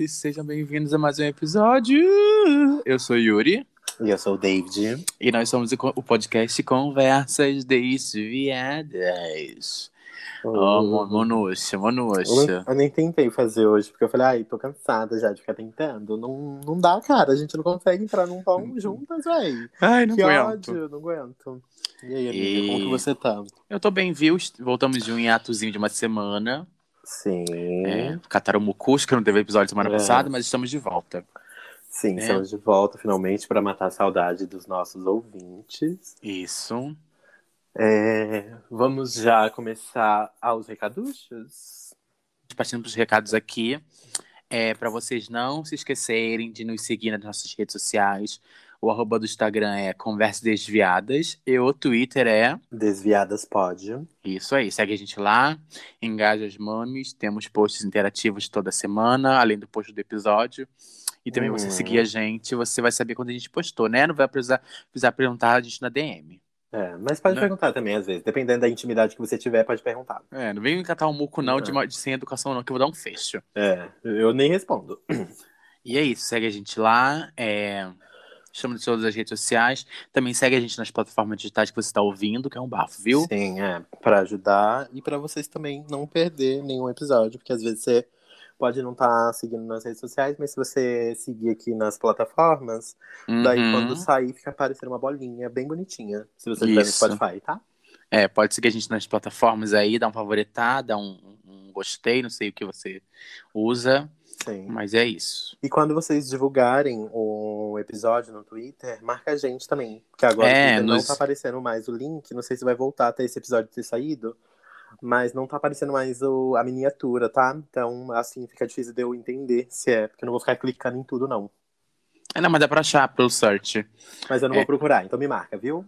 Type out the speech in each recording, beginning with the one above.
sejam bem-vindos a mais um episódio. Eu sou Yuri. E eu sou o David. E nós somos o podcast Conversas Desviadas. Monúcia. Eu nem tentei fazer hoje, porque eu falei, ai, tô cansada já de ficar tentando. Não dá, cara, a gente não consegue entrar num tom juntas, véi. Ai, não que aguento. ódio, não aguento. E aí, amiga, como que você tá? Eu tô bem, viu? Voltamos de um hiatozinho de uma semana. Sim. Cataram Mucus, que não teve episódio semana passada, mas estamos de volta. Sim, estamos de volta finalmente para matar a saudade dos nossos ouvintes. Isso. Vamos já começar aos recaduchos? Partindo para os recados aqui. Para vocês não se esquecerem de nos seguir nas nossas redes sociais. O @ do Instagram é Conversas Desviadas e o Twitter é Desviadas Pode. Isso aí, segue a gente lá, engaja as mames, temos posts interativos toda semana, além do post do episódio. E também você seguir a gente, você vai saber quando a gente postou, né? Não vai precisar perguntar a gente na DM. Mas pode perguntar também, às vezes. Dependendo da intimidade que você tiver, pode perguntar. Não vem catar um muco não de sem educação não, que eu vou dar um fecho. Eu nem respondo. E é isso, segue a gente lá, estamos em todas as redes sociais. Também segue a gente nas plataformas digitais que você está ouvindo, que é um bafo, viu? Sim, para ajudar e para vocês também não perder nenhum episódio, porque às vezes você pode não estar seguindo nas redes sociais, mas se você seguir aqui nas plataformas, daí quando sair fica aparecendo uma bolinha bem bonitinha, se você estiver no Spotify, tá? Pode seguir a gente nas plataformas aí, dá um favoritar, dá um gostei, não sei o que você usa. Sim. Mas é isso. E quando vocês divulgarem o episódio no Twitter, marca a gente também. Porque agora o Twitter não tá aparecendo mais o link. Não sei se vai voltar até esse episódio ter saído. Mas não tá aparecendo mais a miniatura, tá? Então, assim, fica difícil de eu entender se é. Porque eu não vou ficar clicando em tudo, não. Não, mas dá pra achar pelo search. Mas eu não vou procurar, então me marca, viu?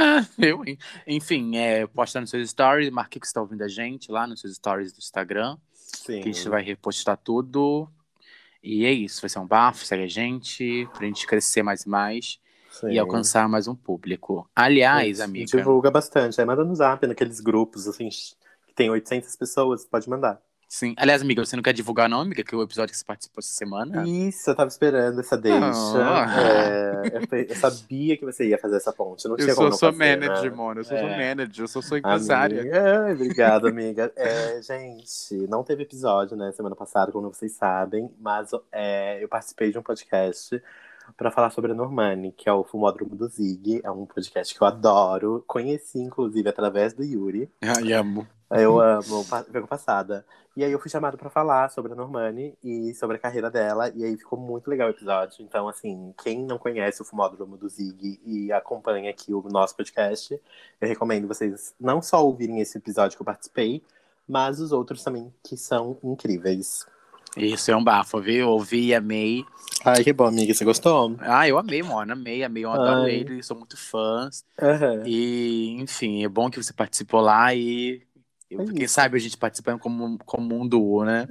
Enfim, posta nos seus stories, marque que você tá ouvindo a gente lá nos seus stories do Instagram. Sim. Que a gente vai repostar tudo. E é isso, vai ser um bafo, segue a gente, pra gente crescer mais e mais. Sim. E alcançar mais um público. Aliás, amiga... Divulga bastante, manda no Zap, naqueles grupos, assim, que tem 800 pessoas, pode mandar. Sim. Aliás, amiga, você não quer divulgar não, amiga, que é o episódio que você participou essa semana? Isso, eu tava esperando essa deixa. Eu sabia que você ia fazer essa ponte, não tinha como não fazer, manager, né? Mano, eu sou manager, eu sou empresária. Obrigada, amiga. Gente, não teve episódio, né, semana passada, como vocês sabem, mas eu participei de um podcast para falar sobre a Normani, que é o Fumódromo do Zig. É um podcast que eu adoro. Conheci, inclusive, através do Yuri. Ai, amo. Eu amo, pegou passada. E aí eu fui chamado pra falar sobre a Normani e sobre a carreira dela. E aí ficou muito legal o episódio. Então, assim, quem não conhece o Fumódromo do Zig e acompanha aqui o nosso podcast, eu recomendo vocês não só ouvirem esse episódio que eu participei, mas os outros também, que são incríveis. Isso é um bafo, viu? Ouvi e amei. Ai, que bom, amiga. Você gostou? Eu amei, mano. Amei. Eu adoro ele, sou muito fã. E, enfim, é bom que você participou lá e... Quem sabe a gente participando como um duo, né?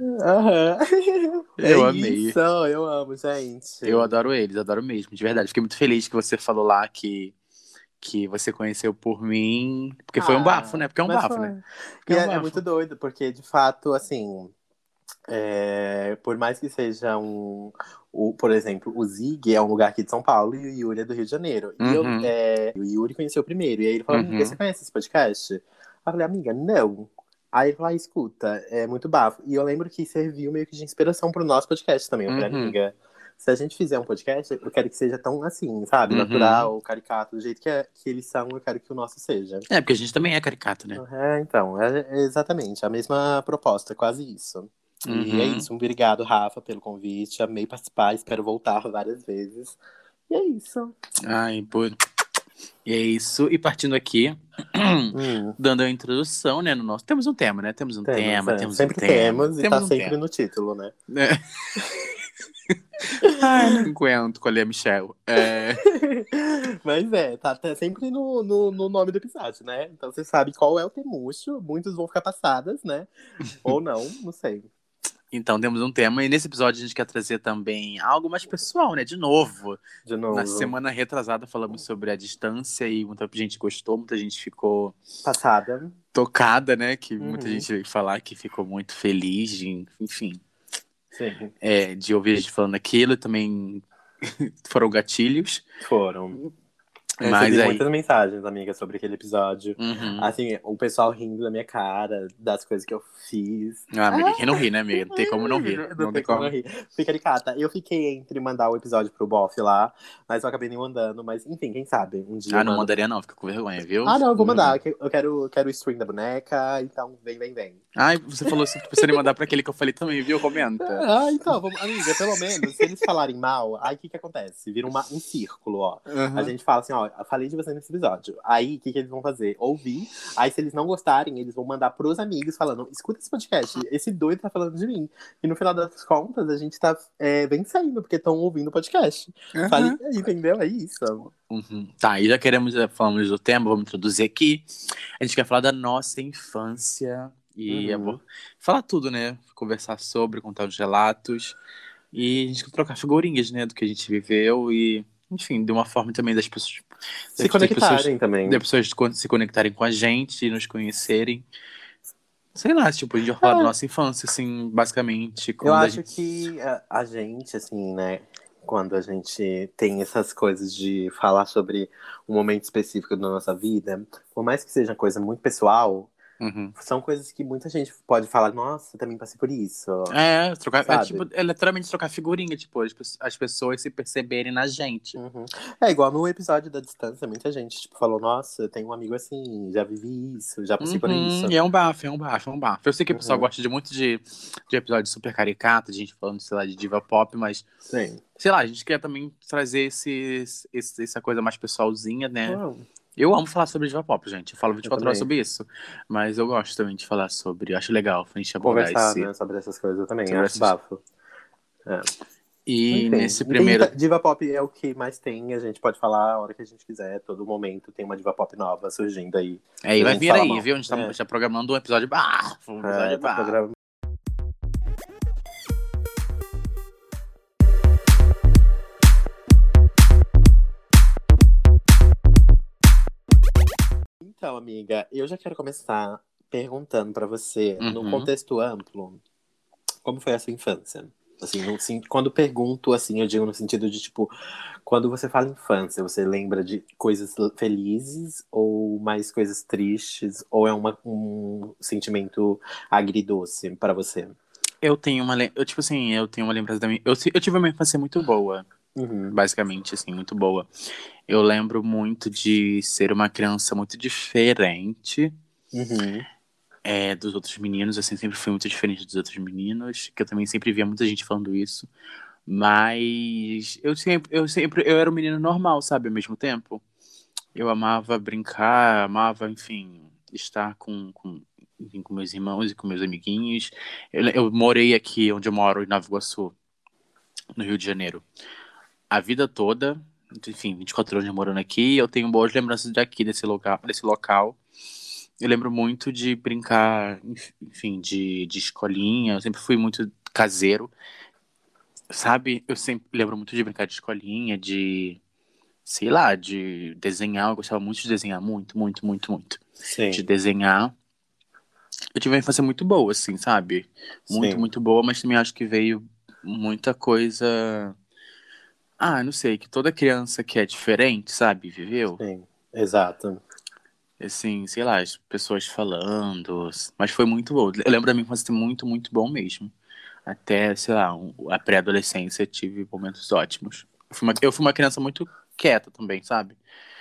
Eu amei. Isso, eu amo, gente. Eu adoro eles, adoro mesmo, de verdade. Fiquei muito feliz que você falou lá que você conheceu por mim. Porque foi um bafo, né? Porque é um bafo, né? É muito doido, porque de fato, assim... por mais que seja por exemplo, o Zig é um lugar aqui de São Paulo e o Yuri é do Rio de Janeiro. E o Yuri conheceu primeiro. E aí ele falou, amiga, você conhece esse podcast? Eu falei, amiga, não. Aí ele falou, escuta, é muito bafo. E eu lembro que serviu meio que de inspiração pro nosso podcast também. Eu falei, amiga, se a gente fizer um podcast, eu quero que seja tão assim, sabe? Natural, caricato, do jeito que eles são, eu quero que o nosso seja. Porque a gente também é caricato, né? Então, é exatamente a mesma proposta, quase isso. E é isso, obrigado, Rafa, pelo convite. Amei participar, espero voltar várias vezes. E é isso. E é isso. E partindo aqui, dando a introdução, né, no nosso... Temos um tema, né? Temos um tema. Sempre temos, e tá sempre no título, né? Ai, não aguento com a Lea Michelle. Mas tá sempre no nome do episódio, né? Então você sabe qual é o temucho. Muitos vão ficar passadas, né? Ou não sei. Então, temos um tema, e nesse episódio a gente quer trazer também algo mais pessoal, né? De novo. Na semana retrasada falamos sobre a distância e muita gente gostou, muita gente ficou... Passada. Tocada, né? Que muita gente veio falar que ficou muito feliz, enfim. Sim. de ouvir a gente falando aquilo. E também foram gatilhos. Foram. Eu Mas recebi aí. muitas mensagens, amiga, sobre aquele episódio. Uhum. Assim, o pessoal rindo da minha cara, das coisas que eu fiz. Ah, amiga, quem não ri, né, amiga? Não tem como não rir. Não Não tem tem como não como. rir. Fica caricata. Eu fiquei entre mandar o episódio pro Boff lá, mas eu acabei nem mandando. Mas, enfim, quem sabe? Um dia Ah, eu não mando. mandaria, não. Fica com vergonha, viu? Ah, não, Fica eu vou com mandar. vergonha. Eu quero o stream da boneca, então vem, vem, vem. Ai, você falou isso, tô pensando em mandar pra aquele que eu falei também, viu? Comenta. Ah, então, amiga, pelo menos, se eles falarem mal, aí o que que acontece? Vira um círculo, ó. A Uhum. gente fala assim, ó, eu falei de você nesse episódio. Aí, o que que eles vão fazer? Ouvir. Aí, se eles não gostarem, eles vão mandar pros amigos falando, escuta esse podcast, esse doido tá falando de mim. E no final das contas, a gente tá vencendo, porque estão ouvindo o podcast. Falei, Uhum. entendeu? É isso. Uhum. Tá, e já falamos do tema, vamos introduzir aqui. A gente quer falar da nossa infância e Uhum. falar tudo, né? Conversar sobre, contar os relatos e a gente trocar figurinhas, né? Do que a gente viveu e, enfim, de uma forma também Se das pessoas, conectarem também. das pessoas se conectarem com a gente, nos conhecerem. Sei lá, tipo, a gente vai falar da É, nossa infância, assim, basicamente, eu quando a acho gente. que a gente, assim, né, quando a gente tem essas coisas de falar sobre um momento específico da nossa vida, por mais que seja coisa muito pessoal, Uhum. são coisas que muita gente pode falar, nossa, eu também passei por isso, Tipo, sabe? é literalmente trocar figurinha, tipo, as pessoas se perceberem na gente. Uhum. É igual no episódio da distância, muita gente, tipo, falou, nossa, eu tenho um amigo assim, já vivi isso, já passei por Uhum, isso. e é um bafo, é um bafo, é um bafo. Eu sei que o pessoal Uhum. gosta muito de episódios super caricatos, de gente falando, sei lá, de diva pop, mas, Sim. sei lá, a gente quer também trazer essa coisa mais pessoalzinha, né? Bom, Eu amo falar sobre diva pop, gente. Eu falo eu 24 horas também. sobre isso. Mas eu gosto também de falar sobre. Eu acho legal a gente abordar Conversar, né, sobre essas coisas eu também, sobre acho essas. bafo. É. E Enfim, nesse e tem primeiro. diva pop é o que mais tem, a gente pode falar a hora que a gente quiser, todo momento tem uma diva pop nova surgindo aí, Aí pra vai gente vir falar aí, mal. viu? A gente tá já programando um episódio bafo, um episódio Tá bafo. programando. Então, amiga, eu já quero começar perguntando pra você, no Uhum. contexto amplo, como foi a sua infância? Assim, quando pergunto, assim, eu digo no sentido de, tipo, quando você fala infância, você lembra de coisas felizes ou mais coisas tristes? Ou é um sentimento agridoce pra você? Eu tenho eu, tipo assim, eu tenho uma lembrança da minha. Eu tive uma infância muito boa, Uhum, basicamente, assim, muito boa. Eu lembro muito de ser uma criança muito diferente uhum, dos outros meninos, assim, sempre fui muito diferente dos outros meninos, que eu também sempre via muita gente falando isso. Mas eu era um menino normal, sabe, ao mesmo tempo. Eu amava brincar, amava, enfim, estar enfim, com meus irmãos e com meus amiguinhos. Eu morei aqui onde eu moro, em Nova Iguaçu, no Rio de Janeiro, a vida toda. Enfim, 24 anos morando aqui. Eu tenho boas lembranças daqui, desse local. Eu lembro muito de brincar, enfim, de escolinha. Eu sempre fui muito caseiro, sabe? Eu sempre lembro muito de brincar de escolinha, sei lá, de desenhar. Eu gostava muito de desenhar, muito, muito, muito, muito. De sim, desenhar. Eu tive uma infância muito boa, assim, sabe? Muito, sim, muito boa, mas também acho que veio muita coisa. Ah, não sei, que toda criança que é diferente, sabe, viveu. sim, exato. Assim, sei lá, as pessoas falando. Mas foi muito bom. Eu lembro da minha infância ser muito, muito bom mesmo. Até, sei lá, a pré-adolescência tive momentos ótimos. Eu fui uma criança muito quieta também, sabe?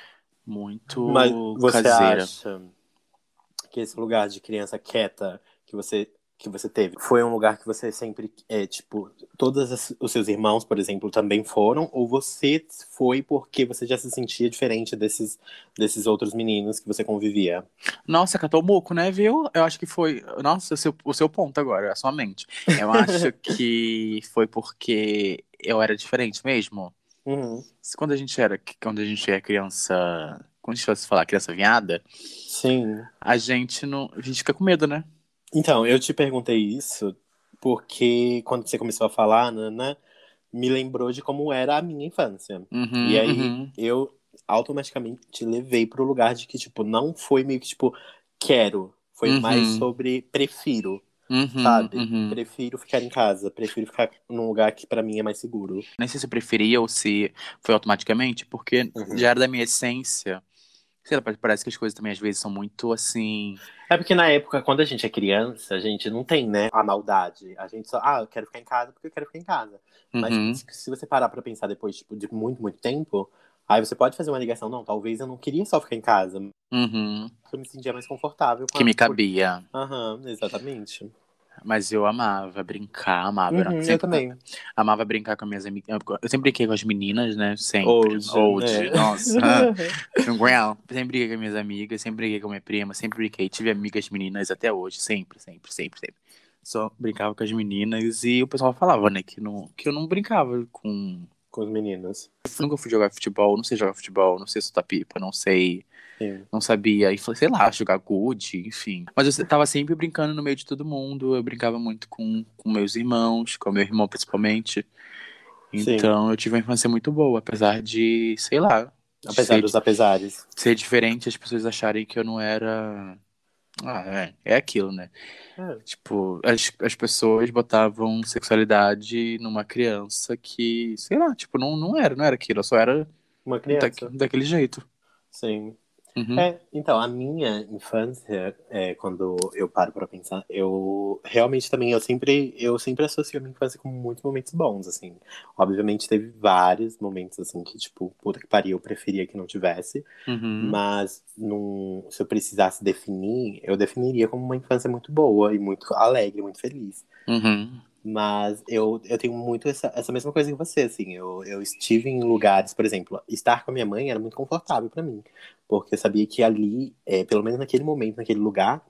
Mas Muito você caseira. acha que esse lugar de criança quieta que você teve foi um lugar que você sempre tipo, os seus irmãos, por exemplo, também foram, ou você foi porque você já se sentia diferente desses outros meninos que você convivia? Nossa, catou o muco, né, viu? Eu acho que foi. Nossa, o seu ponto agora, a sua mente. Eu acho que foi porque eu era diferente mesmo. Uhum. Quando a gente é criança. Quando a gente fosse falar criança viada, Sim. a gente não. A gente fica com medo, né? Então, eu te perguntei isso porque quando você começou a falar, né, me lembrou de como era a minha infância. E Uhum, aí uhum, eu automaticamente levei pro lugar de que, tipo, não foi meio que, tipo, quero. Foi mais uhum, sobre prefiro. Uhum, sabe? uhum. Prefiro ficar em casa, prefiro ficar num lugar que pra mim é mais seguro. Nem sei se eu preferia ou se foi automaticamente, porque já Uhum. era da minha essência. Sei lá, parece que as coisas também às vezes são muito assim. É porque na época, quando a gente é criança, a gente não tem, né, a maldade. A gente só, eu quero ficar em casa porque eu quero ficar em casa. Mas Uhum, se você parar pra pensar depois, tipo, de muito, muito tempo, aí você pode fazer uma ligação, não, talvez eu não queria só ficar em casa, porque uhum. eu me sentia mais confortável com Que a. me cabia. Aham, exatamente. Mas eu amava brincar, amava. Uhum, eu Sempre, também. amava brincar com minhas amigas. Eu sempre brinquei com as meninas, né? Sempre. Hoje, Old, né? nossa. Não aguento. Sempre briguei com minhas amigas, sempre briguei com minha prima, sempre briguei. Tive amigas meninas até hoje, sempre, sempre, sempre, sempre. Só brincava com as meninas e o pessoal falava, né, que eu não brincava com. Com os meninos. Eu nunca fui jogar futebol, não sei jogar futebol, não sei soltar pipa, não sei. Sim. Não sabia. E falei, sei lá, jogar good, enfim. Mas eu tava sempre brincando no meio de todo mundo. Eu brincava muito com meus irmãos, com meu irmão principalmente. Sim. Então eu tive uma infância muito boa, apesar de, sei lá, de Apesar dos apesares. ser diferente, as pessoas acharem que eu não era. Ah, é aquilo, né? É, Tipo, as pessoas botavam sexualidade numa criança que, sei lá, tipo, não era aquilo, eu só era uma criança. daquele jeito. Sim. Uhum, Então, a minha infância, quando eu paro pra pensar, eu realmente também, eu sempre associo a minha infância com muitos momentos bons, assim. Obviamente teve vários momentos, assim, que, tipo, puta que pariu, eu preferia que não tivesse. uhum, Mas, se eu precisasse definir, eu definiria como uma infância muito boa e muito alegre, muito feliz. uhum, Mas eu tenho muito essa mesma coisa que você, assim. Eu estive em lugares, por exemplo, estar com a minha mãe era muito confortável pra mim. Porque eu sabia que ali, pelo menos naquele momento, naquele lugar,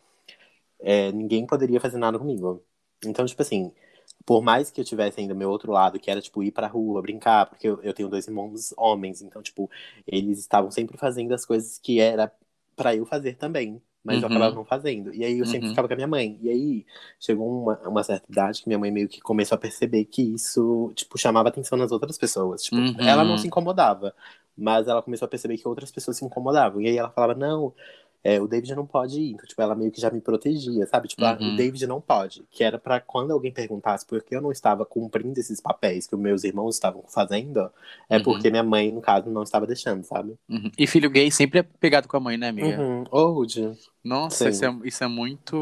ninguém poderia fazer nada comigo. Então, tipo assim, por mais que eu tivesse ainda meu outro lado, que era, tipo, ir pra rua, brincar, porque eu tenho dois irmãos homens, então, tipo, eles estavam sempre fazendo as coisas que era pra eu fazer também. Mas eu acabava uhum, não fazendo. E aí eu sempre uhum, ficava com a minha mãe. E aí chegou uma certa idade que minha mãe meio que começou a perceber que isso, tipo, chamava atenção nas outras pessoas. Tipo, ela não se uhum, incomodava, mas ela começou a perceber que outras pessoas se incomodavam. E aí ela falava, não, o David não pode ir. Então, tipo, ela meio que já me protegia, sabe? Tipo, o uhum, David não pode. Que era pra quando alguém perguntasse por que eu não estava cumprindo esses papéis que os meus irmãos estavam fazendo, é uhum, porque minha mãe, no caso, não estava deixando, sabe? uhum. E filho gay sempre é pegado com a mãe, né, amiga? Uhum. Old. Nossa, Sim. isso é muito.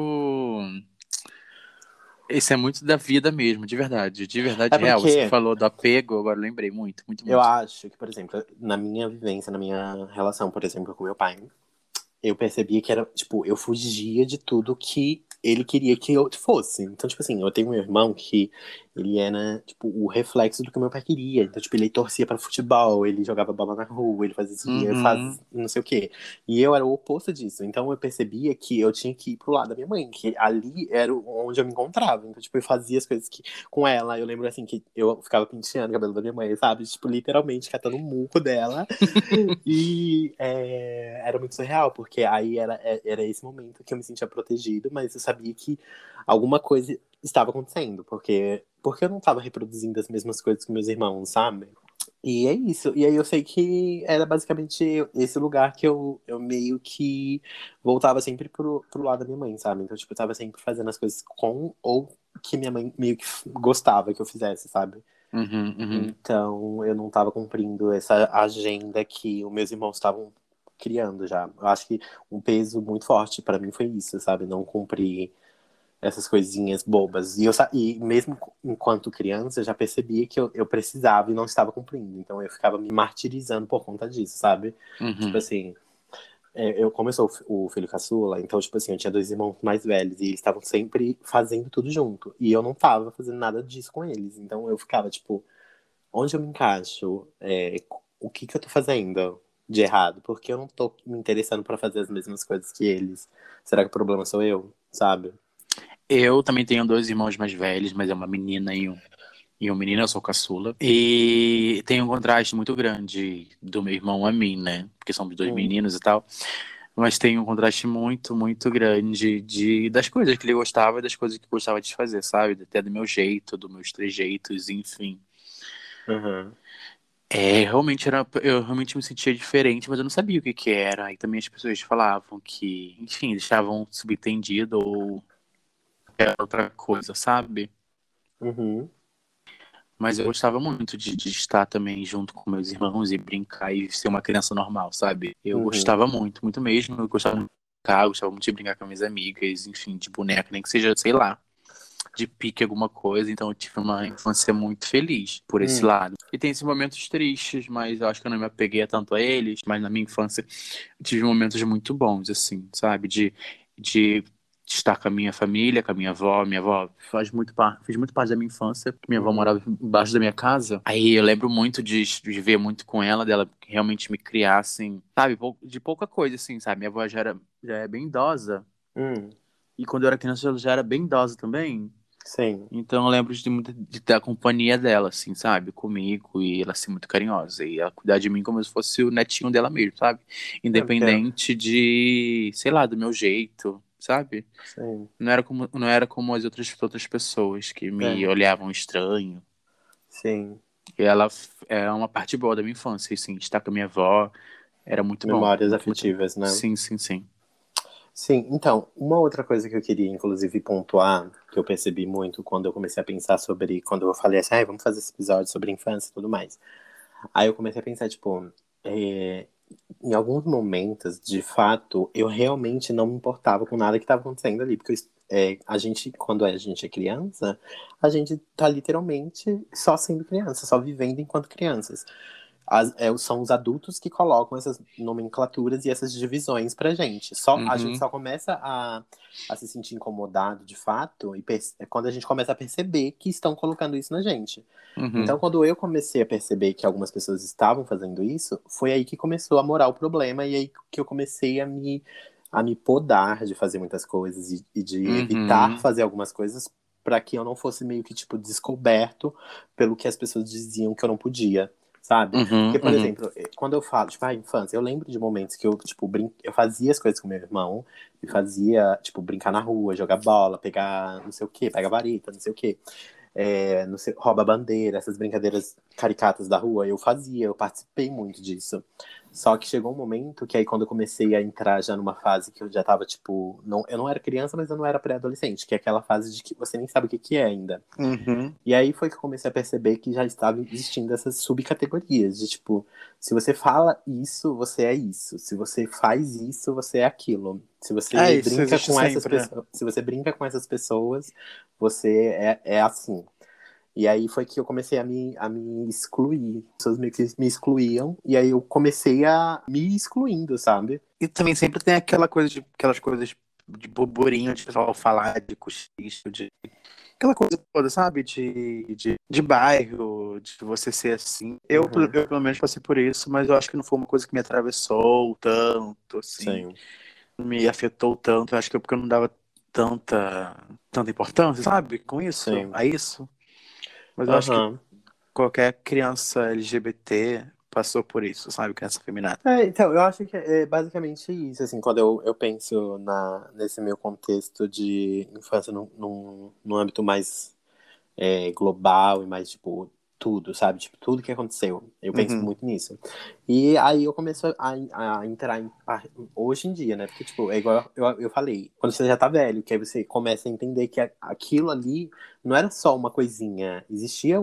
Isso é muito da vida mesmo, de É verdade real. Você porque falou do apego, agora eu lembrei muito, muito, eu muito. acho que, por exemplo, na minha vivência, na minha relação, por exemplo, com meu pai, eu percebia que era, tipo, eu fugia de tudo que ele queria que eu fosse. Então, tipo assim, eu tenho um irmão que ele era, tipo, o reflexo do que meu pai queria. Então, tipo, ele torcia para futebol, ele jogava bola na rua, ele fazia, Uhum, faz não sei o quê. E eu era o oposto disso. Então, eu percebia que eu tinha que ir pro lado da minha mãe, que ali era onde eu me encontrava. Então, tipo, eu fazia as coisas que com ela. Eu lembro, assim, que eu ficava penteando o cabelo da minha mãe, sabe? Tipo, literalmente catando o muco dela. E era muito surreal, porque aí era esse momento que eu me sentia protegido, mas eu sabia que alguma coisa estava acontecendo, porque eu não estava reproduzindo as mesmas coisas que meus irmãos, sabe? E é isso. E aí eu sei que era basicamente esse lugar que eu meio que voltava sempre pro lado da minha mãe, sabe? Então, tipo, eu tava sempre fazendo as coisas com ou que minha mãe meio que gostava que eu fizesse, sabe? uhum, uhum. Então, eu não estava cumprindo essa agenda que os meus irmãos estavam criando já. Eu acho que um peso muito forte para mim foi isso, sabe? Não cumprir essas coisinhas bobas. E mesmo enquanto criança, eu já percebia que eu precisava e não estava cumprindo. Então, eu ficava me martirizando por conta disso, sabe? Tipo Uhum. assim, como eu sou o filho caçula, então, tipo assim, eu tinha dois irmãos mais velhos e eles estavam sempre fazendo tudo junto. E eu não tava fazendo nada disso com eles. Então, eu ficava, tipo, onde eu me encaixo? O que que eu tô fazendo de errado? Porque eu não tô me interessando pra fazer as mesmas coisas que eles. Será que o problema sou eu? Sabe? Eu também tenho dois irmãos mais velhos, mas é uma menina e um menino, eu sou caçula. E tem um contraste muito grande do meu irmão a mim, né? Porque somos dois Hum, meninos e tal. Mas tem um contraste muito, muito grande das coisas que ele gostava e das coisas que eu gostava de fazer, sabe? Até do meu jeito, dos meus trejeitos, enfim. aham. Eu realmente me sentia diferente, mas eu não sabia o que que era. E também as pessoas falavam que, enfim, deixavam subentendido ou é outra coisa, sabe? Uhum. Mas eu gostava muito de estar também junto com meus irmãos e brincar e ser uma criança normal, sabe? Eu Uhum. gostava muito, muito mesmo. Eu gostava muito de brincar, eu gostava muito de brincar com minhas amigas, enfim, de boneca, nem que seja, sei lá, de pique alguma coisa. Então eu tive uma infância muito feliz por esse Hum. lado. E tem esses momentos tristes, mas eu acho que eu não me apeguei tanto a eles. Mas na minha infância eu tive momentos muito bons, assim, sabe? De estar com a minha família, com a minha avó. Minha avó fez muito parte da minha infância. Minha avó Uhum. morava embaixo da minha casa. Aí eu lembro muito de ver muito com ela, dela realmente me criar, assim, sabe? De pouca coisa, assim, sabe? Minha avó já é bem idosa. Hum. E quando eu era criança, ela já era bem idosa também. Sim. Então eu lembro de ter a companhia dela, assim, sabe? Comigo, e ela ser muito carinhosa. E ela cuidar de mim como se fosse o netinho dela mesmo, sabe? É, porque, Independente de, sei lá, do meu jeito, sabe? sim. Não era como as outras pessoas que me É, olhavam estranho. sim. E ela é uma parte boa da minha infância, assim, estar com a minha avó era muito bom. Memórias Muito, muito bom. afetivas, né? Sim, sim, sim. Sim, então, uma outra coisa que eu queria, inclusive, pontuar, que eu percebi muito quando eu comecei a pensar sobre, quando eu falei assim, vamos fazer esse episódio sobre infância e tudo mais. Aí eu comecei a pensar, tipo, é, em alguns momentos, de fato, eu realmente não me importava com nada que estava acontecendo ali, porque a gente, quando a gente é criança, a gente tá literalmente só sendo criança, só vivendo enquanto crianças. São os adultos que colocam essas nomenclaturas e essas divisões pra gente. A gente Uhum, só começa a se sentir incomodado de fato quando a gente começa a perceber que estão colocando isso na gente. Então, uhum, quando eu comecei a perceber que algumas pessoas estavam fazendo isso, foi aí que começou a morar o problema e aí que eu comecei a me podar de fazer muitas coisas e de evitar uhum, fazer algumas coisas para que eu não fosse meio que, tipo, descoberto pelo que as pessoas diziam que eu não podia. Sabe? uhum, Porque, por uhum, exemplo, quando eu falo, tipo, infância, eu lembro de momentos que eu, tipo, eu fazia as coisas com meu irmão, e fazia, tipo, brincar na rua, jogar bola, pegar não sei o quê, pegar vareta, não sei o quê, não sei, rouba bandeira, essas brincadeiras caricatas da rua, eu fazia, eu participei muito disso. Só que chegou um momento que aí quando eu comecei a entrar já numa fase que eu já tava, tipo, não, eu não era criança, mas eu não era pré-adolescente, que é aquela fase de que você nem sabe o que que é ainda. uhum, E aí foi que eu comecei a perceber que já estava existindo essas subcategorias de tipo, se você fala isso, você é isso. Se você faz isso, você é aquilo. Se é, você isso brinca existe com essas sempre, né? pessoas, se você brinca com essas pessoas, você é assim. E aí foi que eu comecei a me excluir. As pessoas meio que me excluíam, e aí eu comecei a me excluindo, sabe? E também sempre tem aquelas coisas de burburinho, de pessoal falar de cochicho, de aquela coisa toda, sabe? De bairro, de você ser assim. Uhum. Eu pelo menos passei por isso, mas eu acho que não foi uma coisa que me atravessou tanto, assim, Sim, não me afetou tanto. Eu acho que é porque eu não dava tanta importância, sabe? Com isso, sim. a isso. Mas eu acho que Aham. qualquer criança LGBT passou por isso, sabe? Criança feminina. Então, eu acho que é basicamente isso, assim, quando eu penso nesse meu contexto de infância num âmbito mais global e mais, tipo, tudo, sabe? Tipo, tudo que aconteceu. Eu penso Uhum, muito nisso. E aí eu começo a entrar hoje em dia, né? Porque, tipo, é igual eu falei, quando você já tá velho, que aí você começa a entender que aquilo ali não era só uma coisinha, existia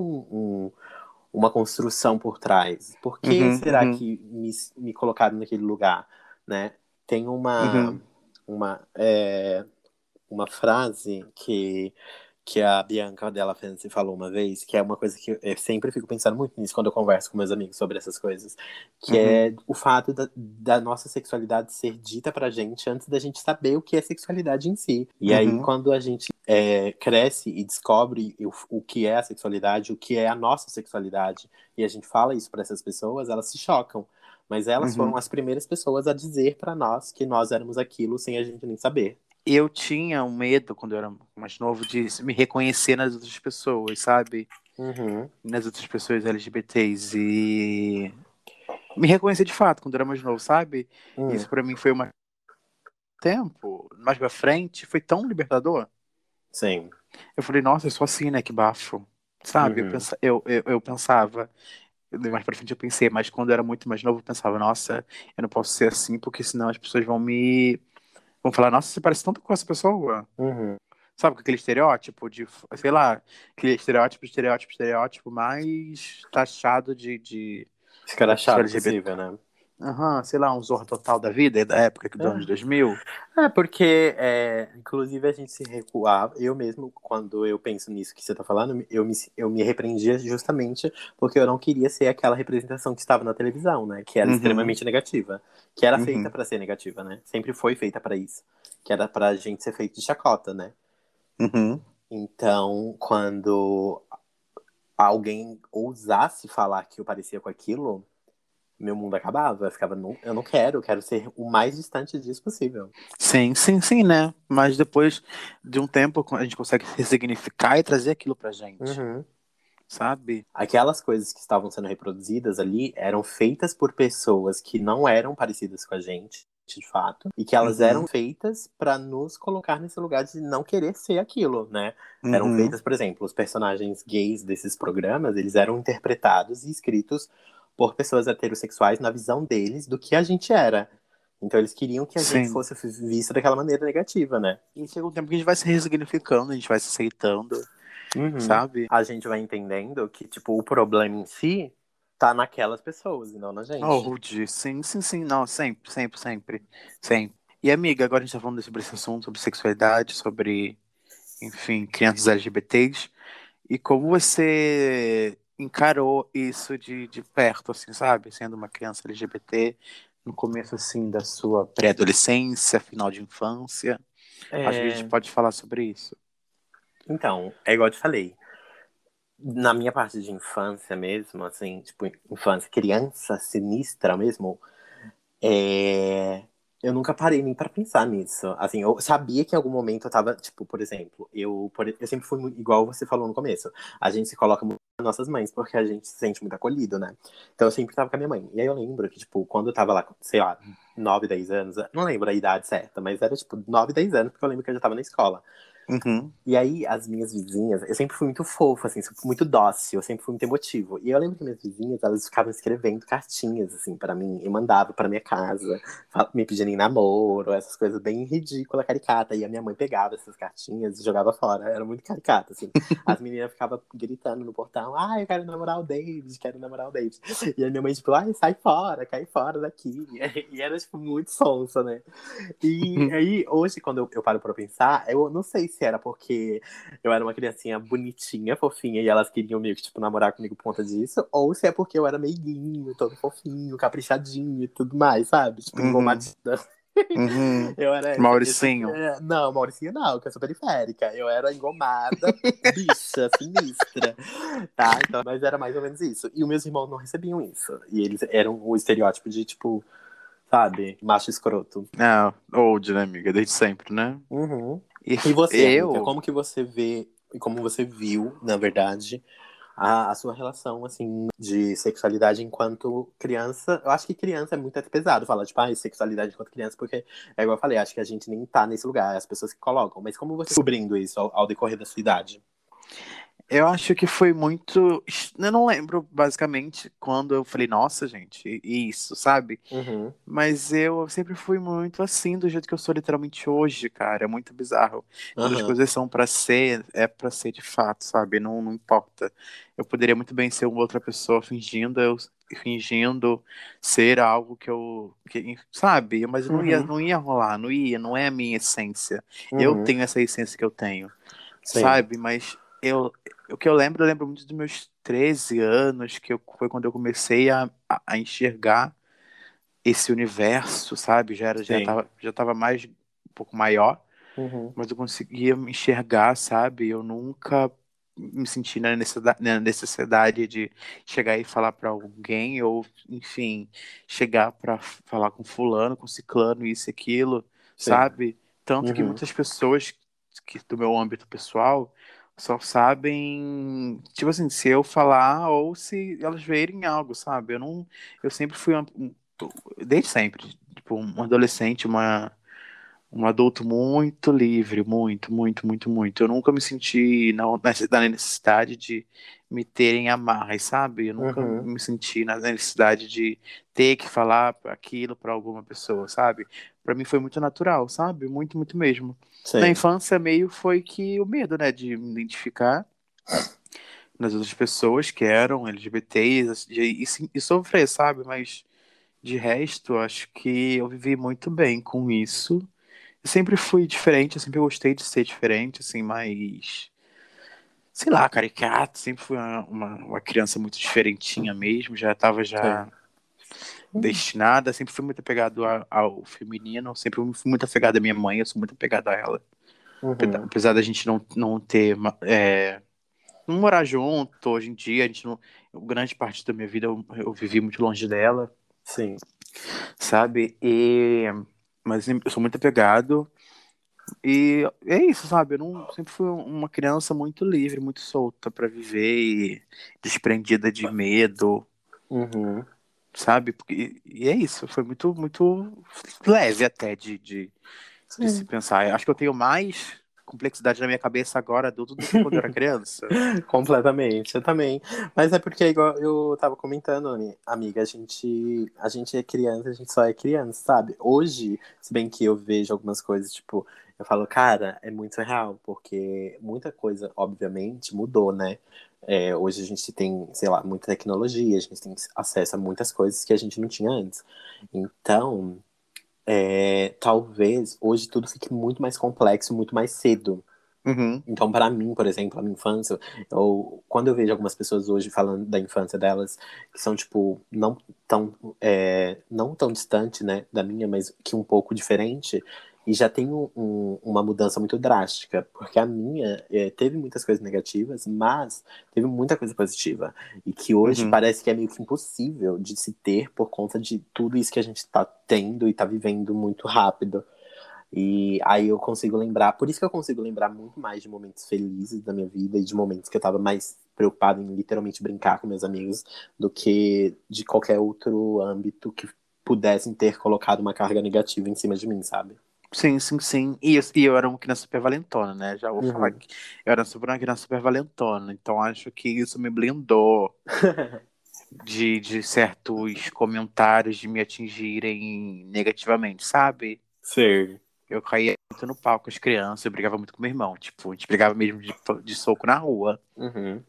uma construção por trás. Por que uhum, será uhum, que me colocaram naquele lugar, né? Tem uhum, uma, é, uma frase que a Bianca Della Fence falou uma vez, que é uma coisa que eu sempre fico pensando muito nisso quando eu converso com meus amigos sobre essas coisas, que uhum, é o fato da nossa sexualidade ser dita pra gente antes da gente saber o que é sexualidade em si. E aí, uhum, quando a gente cresce e descobre o que é a sexualidade, o que é a nossa sexualidade, e a gente fala isso para essas pessoas, elas se chocam. Mas elas foram uhum. as primeiras pessoas a dizer para nós que nós éramos aquilo sem a gente nem saber. Eu tinha um medo, quando eu era mais novo, de me reconhecer nas outras pessoas, sabe? Uhum, Nas outras pessoas LGBTs. E me reconhecer de fato, quando eu era mais novo, sabe? uhum, Isso pra mim foi um tempo, mais pra frente, foi tão libertador. sim. Eu falei, nossa, eu sou assim, né? Que bafo. Sabe? Uhum, Eu pensava, mais pra frente eu pensei, mas quando eu era muito mais novo, eu pensava, nossa, eu não posso ser assim, porque senão as pessoas vão falar, nossa, você parece tanto com essa pessoa. uhum, Sabe, com aquele estereótipo de, sei lá, aquele estereótipo mais taxado de pessoa Escrachado LGBT. possível, né? Aham, sei lá, um Zorro Total da vida, da época dos anos 2000. Porque, inclusive, a gente se recuava. Eu mesmo, quando eu penso nisso que você tá falando, eu me repreendia justamente porque eu não queria ser aquela representação que estava na televisão, né? Que era Uhum, extremamente negativa. Que era feita uhum, pra ser negativa, né? Sempre foi feita pra isso. Que era pra gente ser feito de chacota, né? uhum. Então, quando alguém ousasse falar que eu parecia com aquilo, meu mundo acabava. Eu ficava, não, eu não quero, eu quero ser o mais distante disso possível. Sim, sim, sim, né? Mas depois de um tempo a gente consegue ressignificar e trazer aquilo pra gente, Uhum. sabe? Aquelas coisas que estavam sendo reproduzidas ali eram feitas por pessoas que não eram parecidas com a gente, de fato, e que elas eram Uhum, feitas para nos colocar nesse lugar de não querer ser aquilo, né? Eram uhum. feitas, por exemplo, os personagens gays desses programas, eles eram interpretados e escritos por pessoas heterossexuais na visão deles do que a gente era. Então eles queriam que a gente Sim. fosse visto daquela maneira negativa, né? E chega um tempo que a gente vai se ressignificando, a gente vai se aceitando, Uhum. sabe? A gente vai entendendo que, tipo, o problema em si tá naquelas pessoas e não na Oh, gente. Rudy, sim, sim, sim, não, sempre, sempre, sempre, sempre. E amiga, agora a gente tá falando sobre esse assunto, sobre sexualidade, sobre, enfim, crianças LGBTs, e como você encarou isso de perto, assim, sabe? Sendo uma criança LGBT, no começo, assim, da sua pré-adolescência, final de infância. Acho que a gente É, pode falar sobre isso. então, é igual eu te falei. Na minha parte de infância mesmo, assim, tipo, infância, criança sinistra mesmo, é... eu nunca parei nem pra pensar nisso. Assim, eu sabia que em algum momento eu tava, tipo, por exemplo, eu sempre fui igual você falou no começo. A gente se coloca muito nas nossas mães porque a gente se sente muito acolhido, né? Então eu sempre tava com a minha mãe. E aí eu lembro que, tipo, quando eu tava lá, sei lá, 9, 10 anos, não lembro a idade certa, mas era tipo 9, 10 anos, porque eu lembro que eu já tava na escola. Uhum, E aí, as minhas vizinhas, eu sempre fui muito fofo, assim, sempre fui muito dócil, eu sempre fui muito emotivo. E eu lembro que minhas vizinhas, elas ficavam escrevendo cartinhas, assim, pra mim, e mandavam pra minha casa, me pedindo em namoro, essas coisas bem ridículas, caricata. E a minha mãe pegava essas cartinhas e jogava fora, era muito caricata, assim. As meninas ficavam gritando no portão, eu quero namorar o David, quero namorar o David. E a minha mãe, tipo, sai fora, cai fora daqui. E era, tipo, muito sonsa, né? E aí, hoje, quando eu paro pra pensar, eu não sei se era porque eu era uma criancinha bonitinha, fofinha, e elas queriam meio que, tipo, namorar comigo por conta disso, ou se é porque eu era meiguinho, todo fofinho, caprichadinho e tudo mais, sabe? Tipo, uhum, engomadinha. uhum. Eu era Mauricinho. não, Mauricinha não, que eu sou periférica. Eu era engomada, bicha, sinistra, tá? Então, mas era mais ou menos isso. E os meus irmãos não recebiam isso. E eles eram o estereótipo de, tipo, sabe, macho escroto. Ah, old, né, amiga? Desde sempre, né? Uhum. E E você, amiga, eu, como que você vê e como você viu, na verdade, a sua relação, assim, de sexualidade enquanto criança? Eu acho que criança é muito até pesado falar, tipo, sexualidade enquanto criança, porque, é igual eu falei, acho que a gente nem tá nesse lugar, as pessoas que colocam. Mas como você descobrindo isso ao decorrer da sua idade? eu acho que foi muito. Eu não lembro basicamente quando eu falei, nossa, gente, isso, sabe? Uhum, Mas eu sempre fui muito assim, do jeito que eu sou literalmente hoje, cara. É muito bizarro. Quando as aham, coisas são pra ser, é pra ser de fato, sabe? Não, não importa. Eu poderia muito bem ser uma outra pessoa fingindo ser algo sabe? Mas uhum, não ia rolar, não ia, não é a minha essência. Eu uhum, tenho essa essência que eu tenho, sim, sabe? Mas o que eu lembro muito dos meus 13 anos, foi quando eu comecei a enxergar esse universo, sabe? sim, Já tava mais, um pouco maior, uhum, mas eu conseguia me enxergar, sabe? Eu nunca me senti na necessidade de chegar e falar para alguém, ou, enfim, chegar para falar com fulano, com ciclano, isso e aquilo, sim, sabe? Tanto que uhum, muitas pessoas do meu âmbito pessoal só sabem, tipo assim, se eu falar ou se elas verem algo, sabe? Eu sempre fui desde sempre, tipo, um adolescente, um adulto muito livre, muito, muito, muito, muito. Eu nunca me senti na necessidade de me terem amarras, sabe? Eu nunca Uhum. me senti na necessidade de ter que falar aquilo para alguma pessoa, sabe? Para mim foi muito natural, sabe? Muito, muito mesmo. Na Sim. infância, meio foi que o medo, né, de me identificar nas outras pessoas que eram LGBTs e sofrer, sabe? Mas de resto, acho que eu vivi muito bem com isso. Eu sempre fui diferente, eu sempre gostei de ser diferente, assim, mas sei lá, caricato, sempre fui uma criança muito diferentinha mesmo, já estava Sim. já destinada, sempre fui muito apegado ao feminino, sempre fui muito apegado à minha mãe, eu sou muito apegado a ela. Uhum. Apesar da gente não ter, não morar junto, hoje em dia, a gente não, grande parte da minha vida eu vivi muito longe dela, Sim. sabe? Mas eu sou muito apegado, e é isso, sabe? Eu não, sempre fui uma criança muito livre, muito solta para viver e desprendida de medo, Uhum. sabe? E é isso, foi muito, muito leve até de se Sim. pensar. Eu acho que eu tenho mais complexidade na minha cabeça agora, adulto, do que quando eu era criança. Completamente, eu também. Mas é porque, igual eu tava comentando, amiga, a gente é criança, a gente só é criança, sabe? Hoje, se bem que eu vejo algumas coisas, tipo, eu falo, cara, é muito real, porque muita coisa, obviamente, mudou, né? É, hoje a gente tem, sei lá, muita tecnologia, a gente tem acesso a muitas coisas que a gente não tinha antes. Então, talvez hoje tudo fique muito mais complexo, muito mais cedo. Uhum, Então, para mim, por exemplo, a minha infância, quando eu vejo algumas pessoas hoje falando da infância delas, que são, tipo, não tão distante, né, da minha, mas que um pouco diferente, e já tem uma mudança muito drástica, porque a minha teve muitas coisas negativas, mas teve muita coisa positiva, e que hoje uhum. parece que é meio que impossível de se ter por conta de tudo isso que a gente tá tendo e tá vivendo muito rápido. E aí eu consigo lembrar, por isso que eu consigo lembrar muito mais de momentos felizes da minha vida e de momentos que eu tava mais preocupado em literalmente brincar com meus amigos do que de qualquer outro âmbito que pudessem ter colocado uma carga negativa em cima de mim, sabe? Sim, sim, sim. E eu era uma criança super valentona, né? Já vou falar Uhum. que eu era super uma criança super valentona. Então acho que isso me blindou de certos comentários de me atingirem negativamente, sabe? Sei. Eu caía muito no palco com as crianças, eu brigava muito com meu irmão. Tipo, a gente brigava mesmo de soco na rua. Uhum.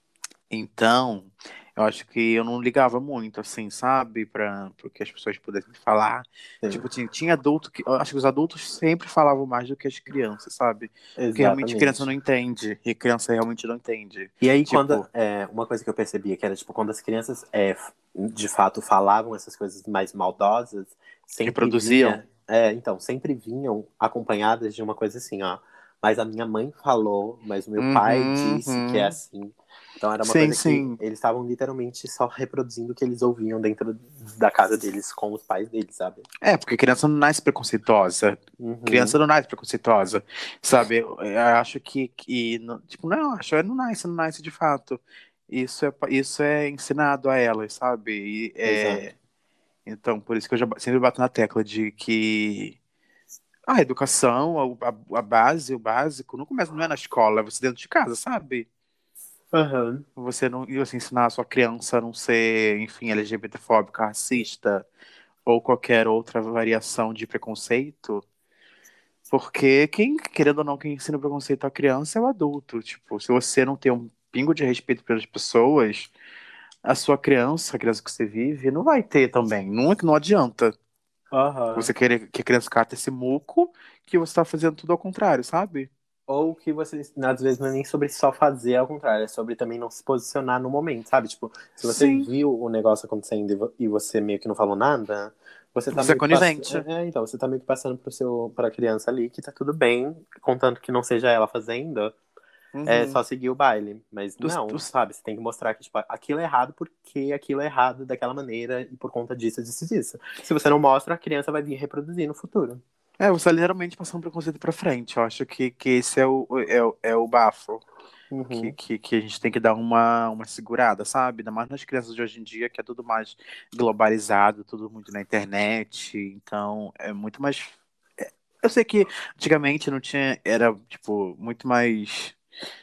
Então, eu acho que eu não ligava muito, assim, sabe? Para o que as pessoas pudessem falar. Sim. Tipo, tinha adulto que. Eu acho que os adultos sempre falavam mais do que as crianças, sabe? Porque realmente criança não Exatamente. entende. E criança realmente não entende. E aí, Tipo, uma coisa que eu percebia que era, tipo, quando as crianças de fato falavam essas coisas mais maldosas, sempre reproduziam. vinha, então, sempre vinham acompanhadas de uma coisa assim, ó. Mas a minha mãe falou, mas o meu pai Uhum, disse que é uhum. assim. Então era uma Sim, coisa que sim. eles estavam literalmente só reproduzindo o que eles ouviam dentro da casa deles com os pais deles, sabe? É, porque criança não nasce preconceituosa. Uhum, Criança não nasce preconceituosa, sabe? Eu acho tipo, não, acho que não nasce de fato. Isso é ensinado a elas, sabe? exato. Então, por isso que eu já sempre bato na tecla de que a educação, a base, o básico, não começa, não é na escola, é você dentro de casa, sabe? Aham. Você não, e você ensinar a sua criança a não ser, enfim, LGBTfóbica, racista, ou qualquer outra variação de preconceito. Porque querendo ou não, quem ensina preconceito à criança é o adulto. Tipo, se você não tem um pingo de respeito pelas pessoas, a criança que você vive, não vai ter também. Não, não adianta Aham. você querer que a criança cata esse muco que você tá fazendo tudo ao contrário, sabe? Ou que você, às vezes, não é nem sobre só fazer ao contrário, é sobre também não se posicionar no momento, sabe? Tipo, se você Sim, viu o negócio acontecendo e você meio que não falou nada, você tá você é meio que passando. conivente. Então, você tá meio que passando pra criança ali que tá tudo bem, contanto que não seja ela fazendo, é Uhum. só seguir o baile. Mas não, Os- sabe? Você tem que mostrar que, tipo, aquilo é errado porque aquilo é errado daquela maneira e por conta disso, disso, disso. Se você não mostra, a criança vai vir reproduzir no futuro. você tá literalmente passando preconceito pra frente. Eu acho que esse é o bafo. Que, Uhum. que, que a gente tem que dar uma segurada, sabe? Ainda mais nas crianças de hoje em dia, que é tudo mais globalizado, tudo muito na internet. Então, é muito mais. Eu sei que antigamente não tinha. Era, tipo, muito mais.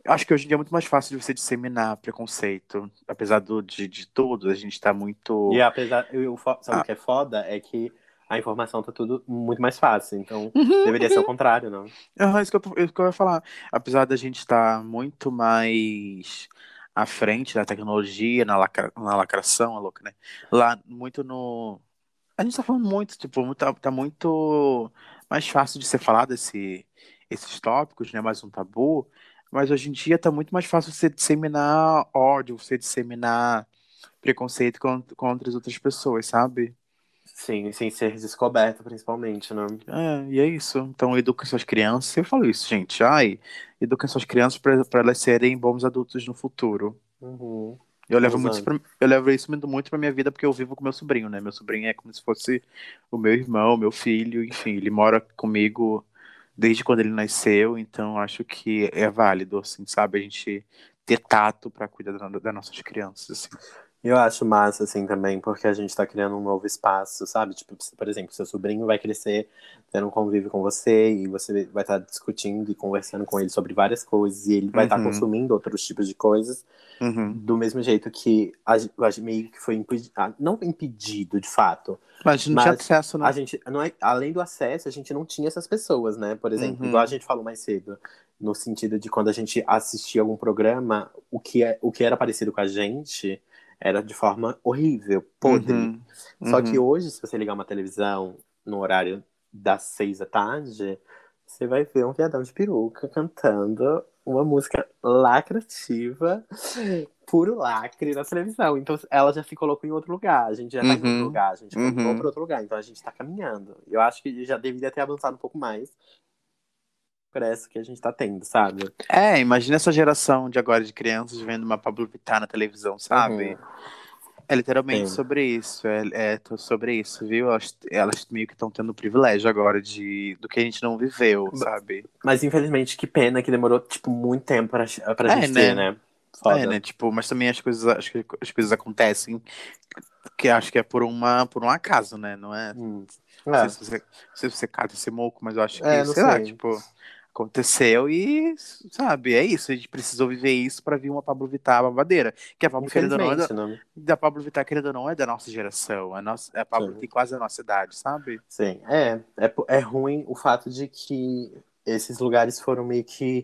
Acho que hoje em dia é muito mais fácil de você disseminar preconceito. Apesar de tudo, a gente tá E muito. apesar, sabe o Ah, que é foda? É que a informação tá tudo muito mais fácil. Então, uhum, deveria ser o uhum. contrário, não? Isso que eu ia falar. Apesar da gente estar muito mais à frente da tecnologia, na lacração, é louco, né? Lá, muito no. A gente tá falando muito, tipo, tá muito mais fácil de ser falado esses tópicos, né? Mais um tabu. Mas hoje em dia tá muito mais fácil você disseminar ódio, você disseminar preconceito contra as outras pessoas, sabe? Sim, sem ser descoberto, principalmente, né? E é isso. Então, eduquem suas crianças. Eu falo isso, gente. Ai, eduquem suas crianças para elas serem bons adultos no futuro. Uhum. Eu Usando. levo isso muito pra minha vida porque eu vivo com meu sobrinho, né? Meu sobrinho é como se fosse o meu irmão, meu filho, enfim, ele mora comigo desde quando ele nasceu, então acho que é válido, assim, sabe? A gente ter tato pra cuidar das nossas crianças, assim. Eu acho massa, assim, também, porque a gente tá criando um novo espaço, sabe? Tipo, por exemplo, seu sobrinho vai crescer, tendo um convívio com você, e você vai estar discutindo e conversando com ele sobre várias coisas, e ele vai estar Uhum, consumindo outros tipos de coisas, uhum. do mesmo jeito que a gente meio que foi impedido, não impedido, de fato, Mas a gente não tinha mas acesso, a né? gente, não é, além do acesso, a gente não tinha essas pessoas, né? Por exemplo, igual a Uhum, gente falou mais cedo, no sentido de quando a gente assistia algum programa, o que era parecido com a gente era de forma horrível, podre. uhum, Só que uhum. hoje, se você ligar uma televisão no horário das 6 da tarde, você vai ver um viadão de peruca cantando uma música lacrativa, puro lacre na televisão. Então ela já se colocou em outro lugar, a gente já tá em outro Uhum, lugar, a gente caminhou para uhum. outro lugar, então a gente tá caminhando. Eu acho que já deveria ter avançado um pouco mais por essa que a gente tá tendo, sabe? Imagina essa geração de agora de crianças vendo uma Pablo Vittar na televisão, Uhum. sabe? É literalmente Sim. sobre isso, sobre isso, viu? Elas meio que estão tendo o privilégio agora do que a gente não viveu, sabe? Mas infelizmente, que pena que demorou, tipo, muito tempo pra É, gente ter, né? né? Foda. Tipo, mas também acho que as coisas acontecem, que acho que é por um acaso, né? Não é? Hum. Não sei É, não sei se você cata esse moco, mas eu acho que, não sei lá, sei. tipo, aconteceu e, sabe, é isso. A gente precisou viver isso pra vir uma Pablo Vittar babadeira. Que a Pablo, querendo ou não, Infelizmente, né? da Pablo Vittar, querendo ou não, é da nossa geração. A Pablo Sim. tem quase a nossa idade, sabe? Sim. É ruim o fato de que esses lugares foram meio que.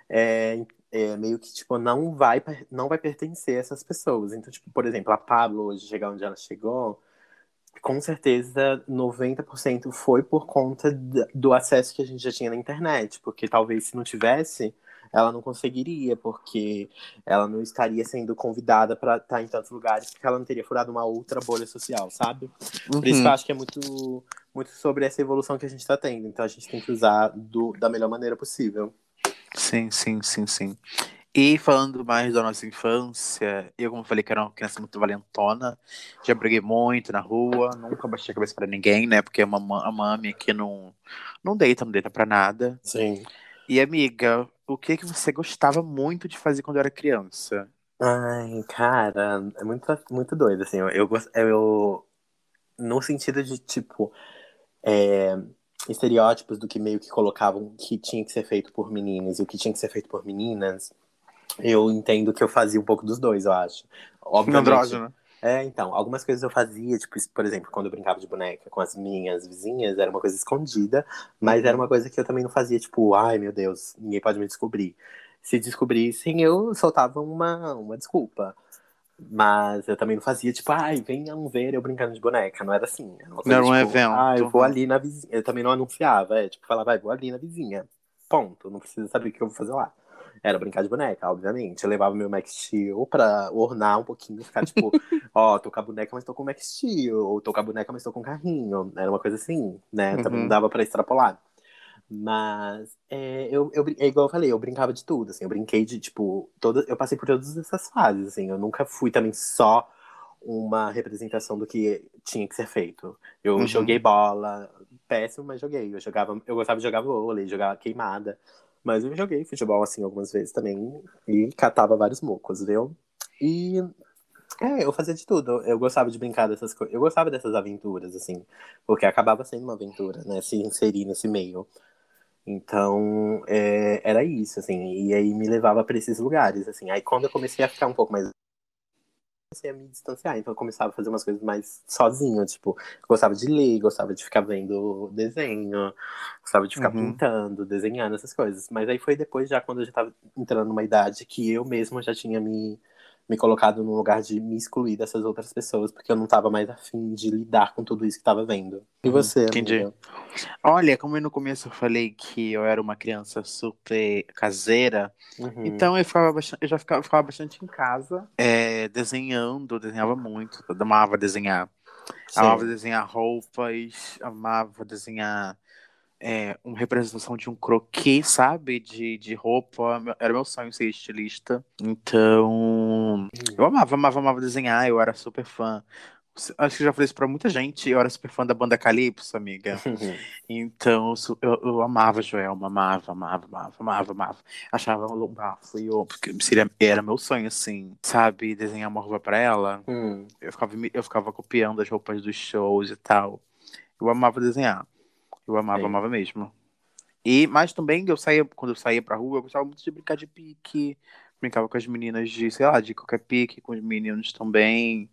Meio que, tipo, não vai pertencer a essas pessoas. Então, tipo, por exemplo, a Pablo, hoje, chegar onde ela chegou, com certeza 90% foi por conta do acesso que a gente já tinha na internet, porque talvez se não tivesse, ela não conseguiria, porque ela não estaria sendo convidada para estar em tantos lugares, porque ela não teria furado uma outra bolha social, sabe? Por isso que eu Uhum. acho que é muito sobre essa evolução que a gente está tendo. Então a gente tem que usar da melhor maneira possível. Sim, sim, sim, sim. E falando mais da nossa infância, eu, como falei, que era uma criança muito valentona, já briguei muito na rua, nunca baixei a cabeça pra ninguém, né? Porque a mami aqui não deita pra nada. Sim. E amiga, o que que você gostava muito de fazer quando era criança? Ai, cara, é muito doido, assim. No sentido de, tipo, é, estereótipos do que meio que colocavam que tinha que ser feito por meninos e o que tinha que ser feito por meninas, eu entendo que eu fazia um pouco dos dois, eu acho. Obviamente. Andrógeno. Então, algumas coisas eu fazia, tipo, por exemplo, quando eu brincava de boneca com as minhas vizinhas, era uma coisa escondida, mas era uma Uhum. coisa que eu também não fazia, tipo, ai meu Deus, ninguém pode me descobrir. Se descobrissem, eu soltava uma desculpa. Mas eu também não fazia, tipo, ai, venham ver eu brincando de boneca. Não era assim. Era uma Não coisa era um tipo, ah, evento. eu vou Uhum. ali na vizinha. Eu também não anunciava, tipo, falava, vai, vou ali na vizinha. Ponto. Não precisa saber o que eu vou fazer lá. Era brincar de boneca, obviamente. Eu levava meu Max Steel pra ornar um pouquinho, ficar tipo, ó, tô com a boneca, mas tô com o Max Steel. Ou tô com a boneca, mas tô com o carrinho. Era uma coisa assim, né? Também não Uhum. dava pra extrapolar. Mas é igual eu falei, eu brincava de tudo, assim, eu brinquei de, tipo, eu passei por todas essas fases, assim, eu nunca fui também só uma representação do que tinha que ser feito. Eu joguei Uhum. bola, péssimo, mas joguei. Eu gostava de jogar vôlei, jogar queimada, mas eu joguei futebol, assim, algumas vezes também, e catava vários mocos, viu? E, eu fazia de tudo, eu gostava de brincar dessas coisas, eu gostava dessas aventuras, assim, porque acabava sendo uma aventura, né, se inserir nesse meio. Então, era isso, assim. E aí me levava pra esses lugares, assim. Aí quando eu comecei a ficar um pouco mais comecei a me distanciar, então eu começava a fazer umas coisas mais sozinho, tipo, gostava de ler, gostava de ficar vendo desenho, gostava de ficar Uhum. pintando, desenhando, essas coisas. Mas aí foi depois, já quando eu já tava entrando numa idade que eu mesmo já tinha me colocado num lugar de me excluir dessas outras pessoas, porque eu não tava mais afim de lidar com tudo isso que tava vendo. E Uhum. você, Entendi. amiga? Olha, como no começo eu falei que eu era uma criança super caseira, Uhum. então eu já ficava bastante em casa, desenhava muito, eu amava desenhar. Amava Sim. desenhar roupas, amava desenhar uma representação de um croquis, sabe? De roupa. Era meu sonho ser estilista. Então, eu amava desenhar, eu era super fã. Acho que eu já falei isso pra muita gente, eu era super fã da banda Calypso, amiga. Então, eu amava Joelma, amava. Achava um bafo, porque era meu sonho, assim, sabe? Desenhar uma roupa pra ela. Hum. Eu ficava copiando as roupas dos shows e tal. Eu amava desenhar. Eu Sim. amava mesmo. Mas também quando eu saía pra rua, eu gostava muito de brincar de pique. Brincava com as meninas de, sei lá, de qualquer pique, com os meninos também.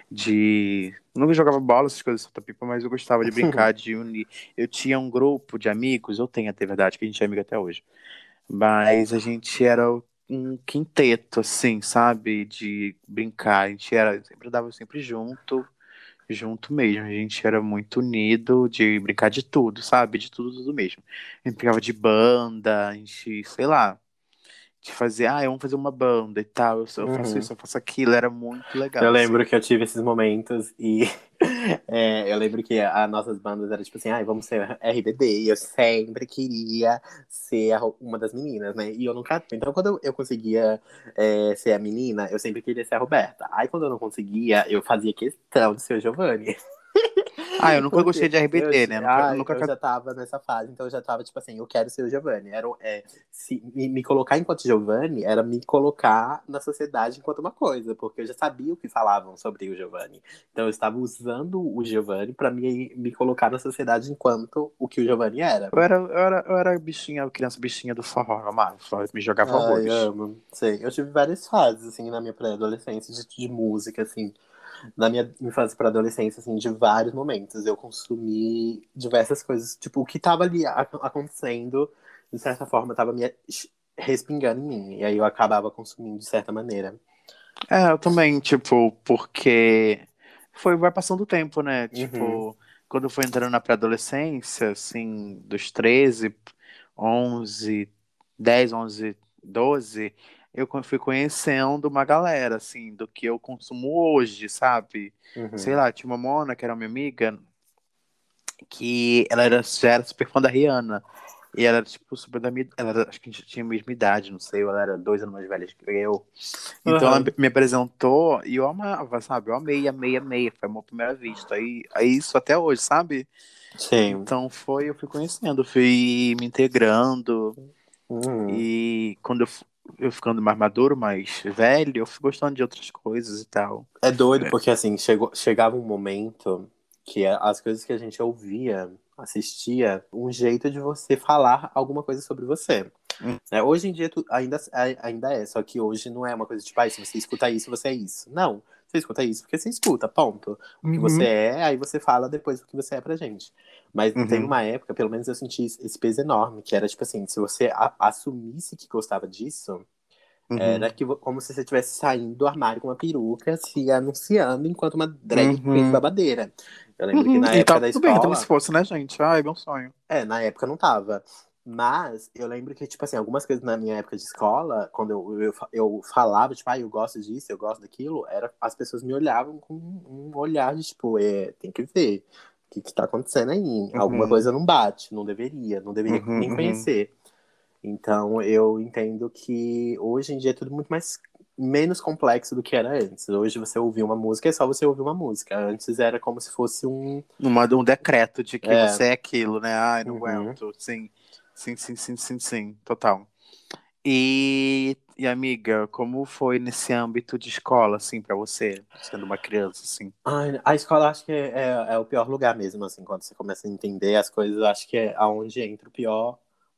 Nunca jogava bola, essas coisas, solta pipa, mas eu gostava de brincar, de unir. Eu tinha um grupo de amigos, eu tenho até verdade, que a gente é amigo até hoje. Mas a gente era um quinteto, assim, sabe? De brincar. A gente sempre dava sempre junto mesmo. A gente era muito unido de brincar de tudo, sabe? De tudo, tudo mesmo. A gente brincava de banda, a gente, sei lá, de fazer, vamos fazer uma banda e tal. Eu faço Uhum. isso, eu faço aquilo. Era muito Eu legal, lembro assim. que eu tive esses momentos e eu lembro que as nossas bandas eram tipo assim, vamos ser RBD, e eu sempre queria ser uma das meninas, né? E eu nunca. Então, quando eu conseguia ser a menina, eu sempre queria ser a Roberta. Aí, quando eu não conseguia, eu fazia questão de ser o Giovanni. Ah, eu nunca gostei Porque de RBD, né? Nunca. eu já tava nessa fase, então eu já tava tipo assim, eu quero ser o Giovanni. Se me colocar enquanto Giovanni era me colocar na sociedade enquanto uma coisa, porque eu já sabia o que falavam sobre o Giovanni. Então eu estava usando o Giovanni pra me colocar na sociedade enquanto o que o Giovanni era. Eu era bichinha, criança bichinha do forró, eu amava, me jogava Ai, horrores. amo. Sei. Eu tive várias fases, assim, na minha pré-adolescência de música, assim. Na minha infância para adolescência, assim, de vários momentos. Eu consumi diversas coisas. Tipo, o que tava ali acontecendo, de certa forma, tava me respingando em mim. E aí eu acabava consumindo de certa maneira. Eu também, tipo, porque vai passando o tempo, né? Uhum, Tipo, quando eu fui entrando na pré-adolescência, assim, dos 13, 11, 10, 11, 12, fui conhecendo uma galera, assim, do que eu consumo hoje, sabe? Sei uhum, lá, tinha uma Mona, que era minha amiga, que já era super fã da Rihanna. E ela era, tipo, super da minha. Acho que a gente tinha a mesma idade, não sei, ela era 2 anos mais velha que eu. Então ela uhum. me apresentou e eu amava, sabe? Eu amei. Foi a minha primeira vista. Aí isso até hoje, sabe? Sim. Então eu fui conhecendo, fui me integrando. Uhum. E quando eu ficando mais maduro, mais velho, eu fui gostando de outras coisas e tal. É doido, porque assim, chegava um momento que as coisas que a gente ouvia, assistia, um jeito de você falar alguma coisa sobre você. Hum. Né? Hoje em dia ainda é, só que hoje não é uma coisa tipo, se você escuta isso, você é isso. Não, você escuta isso porque você escuta, ponto. O que você Uhum, é, aí você fala depois o que você é pra gente. Mas teve uhum, uma época, pelo menos eu senti esse peso enorme, que era tipo assim, se você assumisse que gostava disso, era uhum, como se você estivesse saindo do armário com uma peruca, se anunciando enquanto uma drag queen uhum, babadeira. Eu lembro que uhum. na E época tá da tudo bem também se escola, fosse, né, gente? Ai, meu sonho. na época não tava. Mas eu lembro que, tipo assim, algumas coisas na minha época de escola, quando eu falava, tipo, eu gosto disso, eu gosto daquilo, as pessoas me olhavam com um olhar de, tipo, tem que ver o que tá acontecendo aí. Alguma Uhum, coisa não bate, não deveria nem uhum. conhecer. Então eu entendo que hoje em dia é tudo muito mais menos complexo do que era antes. Hoje você ouvir uma música é só você ouvir uma música. Antes era como se fosse um. Um decreto de que É, você é aquilo, né? Ai, não uhum. aguento. Sim, total. E amiga, como foi nesse âmbito de escola, assim, pra você, sendo uma criança, assim? Ai, a escola acho que é o pior lugar mesmo, assim, quando você começa a entender as coisas, eu acho que é aonde entra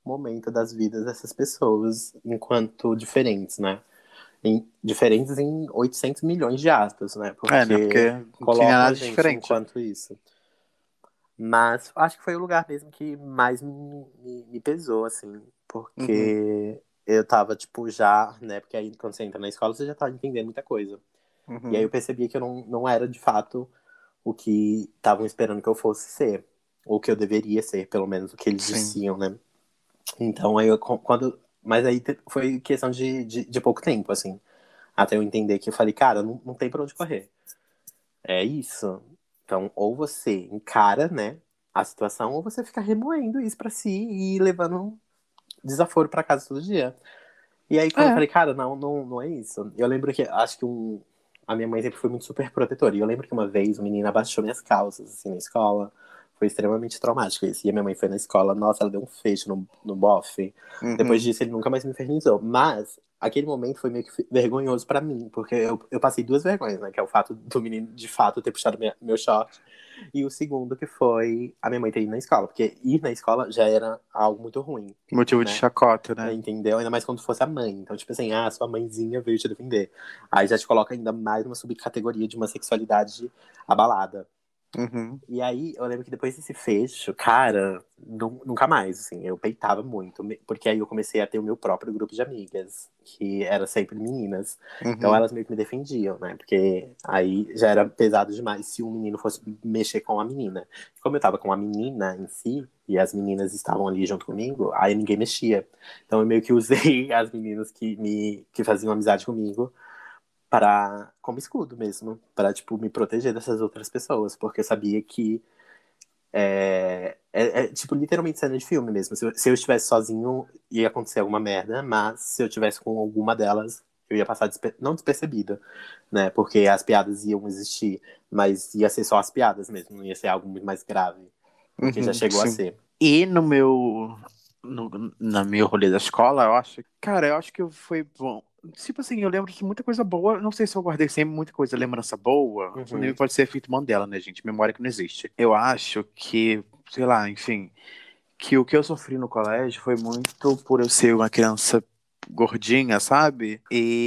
momento das vidas dessas pessoas enquanto diferentes, né? Diferentes em 800 milhões de aspas, né? Né? Porque Porque não tinha colocam a nada gente diferente. enquanto isso. Mas acho que foi o lugar mesmo que mais me pesou, assim. Uhum, Porque eu tava, tipo, já, né? Porque aí quando você entra na escola, você já tá entendendo muita coisa. E aí eu uhum, percebia que eu não era, de fato, o que estavam esperando que eu fosse ser. Ou que eu deveria ser, pelo menos, o que eles sim. diziam, né? Então, aí eu, quando... Mas aí foi questão de pouco tempo, assim. Até eu entender que eu falei, cara, não tem pra onde correr. É isso. Então, ou você encara, né, a situação, ou você fica remoendo isso pra si e levando um desaforo pra casa todo dia. E aí, quando eu É. falei, cara, não é isso. Eu lembro que, acho que a minha mãe sempre foi muito super protetora. E eu lembro que uma vez o menino abaixou minhas calças, assim, na escola. Foi extremamente traumático isso. E a minha mãe foi na escola, nossa, ela deu um fecho no bofe. Depois Uhum, disso, ele nunca mais me infernizou. Mas, aquele momento foi meio que vergonhoso pra mim, porque eu passei duas vergonhas, né? Que é o fato do menino, de fato, ter puxado meu short. E o segundo, que foi a minha mãe ter ido na escola. Porque ir na escola já era algo muito ruim, motivo de né? chacota, né? Entendeu? Ainda mais quando fosse a mãe. Então, tipo assim, sua mãezinha veio te defender. Aí já te coloca ainda mais uma subcategoria de uma sexualidade abalada. Uhum, E aí, eu lembro que depois desse fecho, cara, nunca mais, assim, eu peitava muito. Porque aí eu comecei a ter o meu próprio grupo de amigas, que era sempre meninas. Então uhum, elas meio que me defendiam, né? Porque aí já era pesado demais se um menino fosse mexer com a menina. Como eu tava com a menina em si, e as meninas estavam ali junto comigo, aí ninguém mexia. Então eu meio que usei as meninas que faziam amizade comigo para como escudo mesmo, para tipo me proteger dessas outras pessoas, porque eu sabia que tipo literalmente cena de filme mesmo. Se eu estivesse sozinho ia acontecer alguma merda, mas se eu estivesse com alguma delas eu ia passar não despercebida, né? Porque as piadas iam existir, mas ia ser só as piadas mesmo, não ia ser algo muito mais grave, porque já uhum, chegou a sim. ser. E no meu rolê da escola, eu acho, cara, eu acho que foi bom. Tipo assim, eu lembro de muita coisa boa. Não sei se eu guardei sempre muita coisa, lembrança boa. Isso nem Uhum, pode ser efeito Mandela, né, gente? Memória que não existe. Eu acho que, sei lá, enfim, que o que eu sofri no colégio foi muito por eu ser uma criança gordinha, sabe?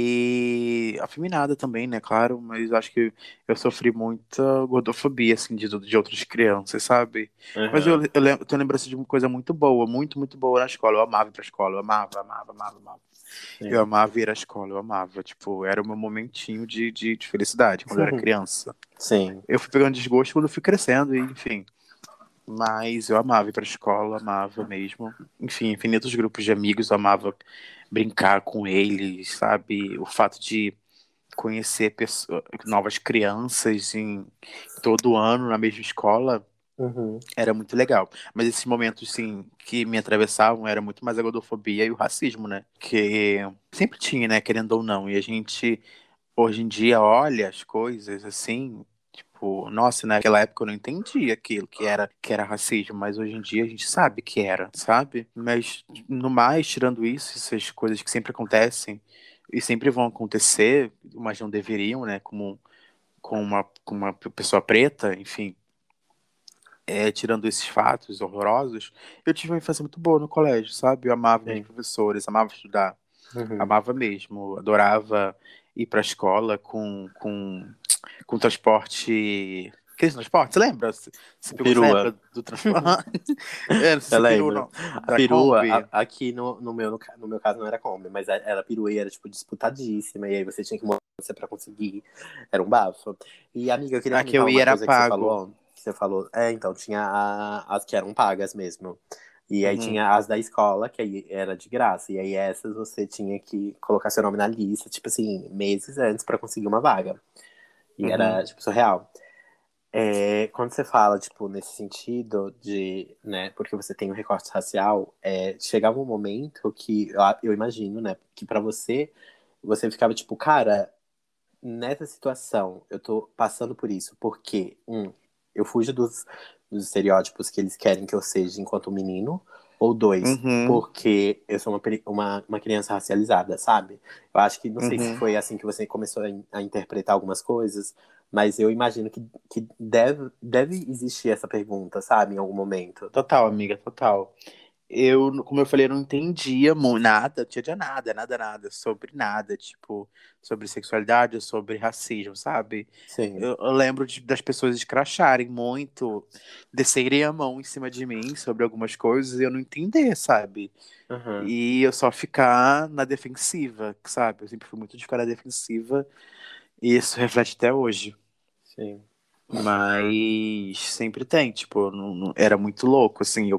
E afeminada também, né, claro, mas acho que eu sofri muita gordofobia, assim, de outras crianças, sabe? Mas uhum, eu tenho lembrança de uma coisa muito boa, muito, muito boa na escola. Eu amava ir pra escola, eu amava, amava, amava, amava. Eu sim. amava ir à escola, eu amava. Tipo, era o meu momentinho de felicidade quando eu era criança. Sim. Eu fui pegando desgosto quando eu fui crescendo, e enfim. Mas eu amava ir pra escola, amava mesmo. Enfim, infinitos grupos de amigos, eu amava brincar com eles, sabe? O fato de conhecer novas crianças todo ano na mesma escola Uhum, era muito legal. Mas esses momentos, sim, que me atravessavam era muito mais a gordofobia e o racismo, né? Que sempre tinha, né? Querendo ou não. E a gente hoje em dia olha as coisas assim, tipo, nossa, naquela época eu não entendia aquilo que era racismo, mas hoje em dia a gente sabe que era, sabe? Mas no mais, tirando isso, essas coisas que sempre acontecem e sempre vão acontecer, mas não deveriam, né, com uma pessoa preta, enfim, tirando esses fatos horrorosos, eu tive uma infância muito boa no colégio, sabe? Eu amava meus sim. professores, amava estudar. Uhum. Amava mesmo, adorava ir para a escola com transporte. Aquele transporte, você lembra? Você pegou essa Perua. época do transporte? Não sei Eu se pirou lembro. não. A Da perua, Kombi. aqui no meu caso não era Kombi, mas era perua e era, tipo, disputadíssima. E aí você tinha que mostrar pra conseguir. Era um bafo. E, amiga, eu queria A que comentar eu ia uma era coisa que você pago. falou. Que você falou. Então, tinha as que eram pagas mesmo. E aí Uhum, tinha as da escola, que aí era de graça. E aí essas você tinha que colocar seu nome na lista, tipo assim, meses antes pra conseguir uma vaga. E uhum, era, tipo, surreal. Quando você fala, tipo, nesse sentido de, né, porque você tem um recorte racial, chegava um momento que eu imagino, né, que pra você ficava tipo, cara, nessa situação, eu tô passando por isso, porque, eu fujo dos estereótipos que eles querem que eu seja enquanto menino, ou dois, uhum, porque eu sou uma criança racializada, sabe? Eu acho que, não sei se uhum. foi assim que você começou a interpretar algumas coisas, mas eu imagino que deve existir essa pergunta, sabe, em algum momento. Total, amiga, total. como eu falei, eu não entendia nada, não tinha nada sobre nada, tipo, sobre sexualidade, sobre racismo, sabe? Sim. Eu lembro das pessoas escracharem muito, descerem a mão em cima de mim sobre algumas coisas e eu não entender, sabe? Aham. E eu só ficar na defensiva, sabe? Eu sempre fui muito de ficar na defensiva e isso reflete até hoje. Sim. Mas sempre tem, tipo, era muito louco, assim,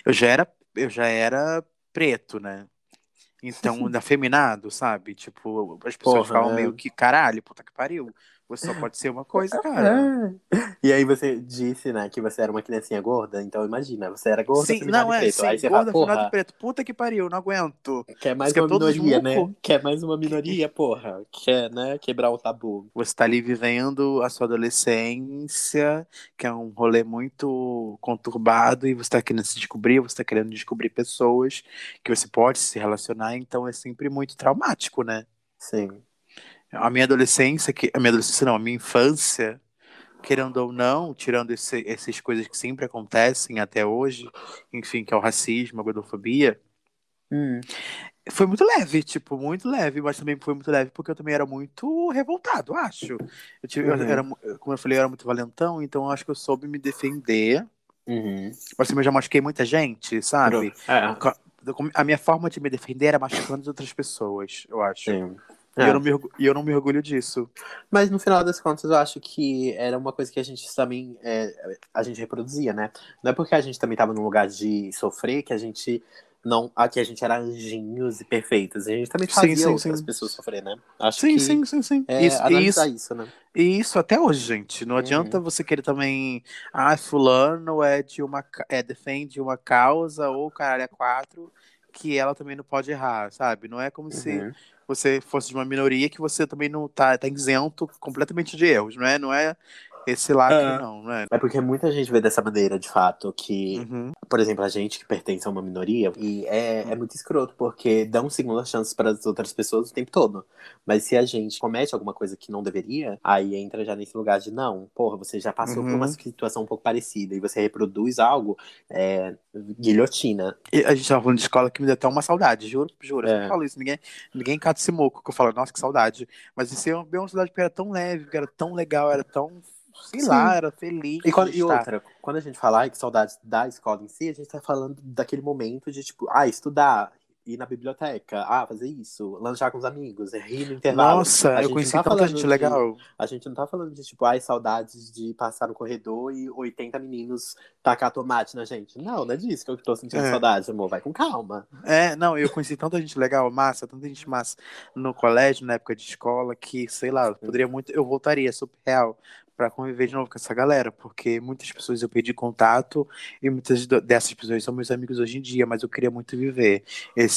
eu já era preto, né? Então, afeminado, sabe? Tipo, as pessoas Porra, falam meio que, caralho, puta que pariu. Você só pode ser uma coisa, cara. E aí você disse, né, que você era uma criancinha gorda, então imagina, você era gorda, Sim, afeminada não e é, preto. Aí sim, você fala, gordo, afinado e porra, preto. Puta que pariu, não aguento. quer Você mais quer uma todos minoria, muco? né? Quer mais uma minoria, porra. Quer, né, quebrar o tabu. Você tá ali vivendo a sua adolescência, que é um rolê muito conturbado, e você tá querendo se descobrir, você tá querendo descobrir pessoas que você pode se relacionar, então é sempre muito traumático, né? Sim. A minha adolescência não, a minha infância, querendo ou não, tirando essas coisas que sempre acontecem até hoje, enfim, que é o racismo, a gordofobia, Hum. foi muito leve, tipo, muito leve, mas também foi muito leve porque eu também era muito revoltado, acho. Uhum. Como eu falei, eu era muito valentão, então eu acho que eu soube me defender. Uhum. Mas também eu já machuquei muita gente, sabe? É, Co- A minha forma de me defender era machucando as outras pessoas, eu acho. sim. E eu É. não me orgulho disso. Mas no final das contas, eu acho que era uma coisa que a gente também a gente reproduzia, né? Não é porque a gente também estava num lugar de sofrer que a gente não, que a gente era anjinhos e perfeitos. A gente também Sim, fazia sim, outras sim. pessoas sofrer, né? Acho Sim, que sim, sim, sim. é Isso, analisar isso, isso, né? isso até hoje, gente. Não adianta Uhum, você querer também. Ah, fulano defende uma causa ou caralho é quatro que ela também não pode errar, sabe? Não é como se uhum. você fosse de uma minoria que você também não tá isento completamente de erros, não é? Não é esse lacre, É. não, não é? É porque muita gente vê dessa maneira, de fato, que, Uhum, por exemplo, a gente que pertence a uma minoria, e é muito escroto, porque dão segunda chance para as outras pessoas o tempo todo. Mas se a gente comete alguma coisa que não deveria, aí entra já nesse lugar de não, porra, você já passou por uma uhum. situação um pouco parecida e você reproduz algo, guilhotina. E a gente tava falando de escola que me deu até uma saudade, juro, juro. Eu sempre É. falo isso, ninguém cata esse moco, que eu falo, nossa, que saudade. Mas isso é uma saudade porque era tão leve, porque era tão legal, era tão, sei lá, Sim. era feliz de E estar. outra, quando a gente fala ai, que saudades da escola em si, a gente tá falando daquele momento de, tipo, estudar, ir na biblioteca, fazer isso, lanchar com os amigos, rir no intervalo. Nossa, A eu gente não conheci tá tanta falando gente de. legal. A gente não tá falando de, tipo, ai, saudades de passar no corredor e 80 meninos tacar tomate na gente. Não, não é disso que eu tô sentindo É, saudade, amor. Vai com calma. não, eu conheci tanta gente legal, massa, tanta gente massa no colégio, na época de escola, que, sei lá, eu voltaria, super real, pra conviver de novo com essa galera, porque muitas pessoas eu perdi contato e muitas dessas pessoas são meus amigos hoje em dia, mas eu queria muito viver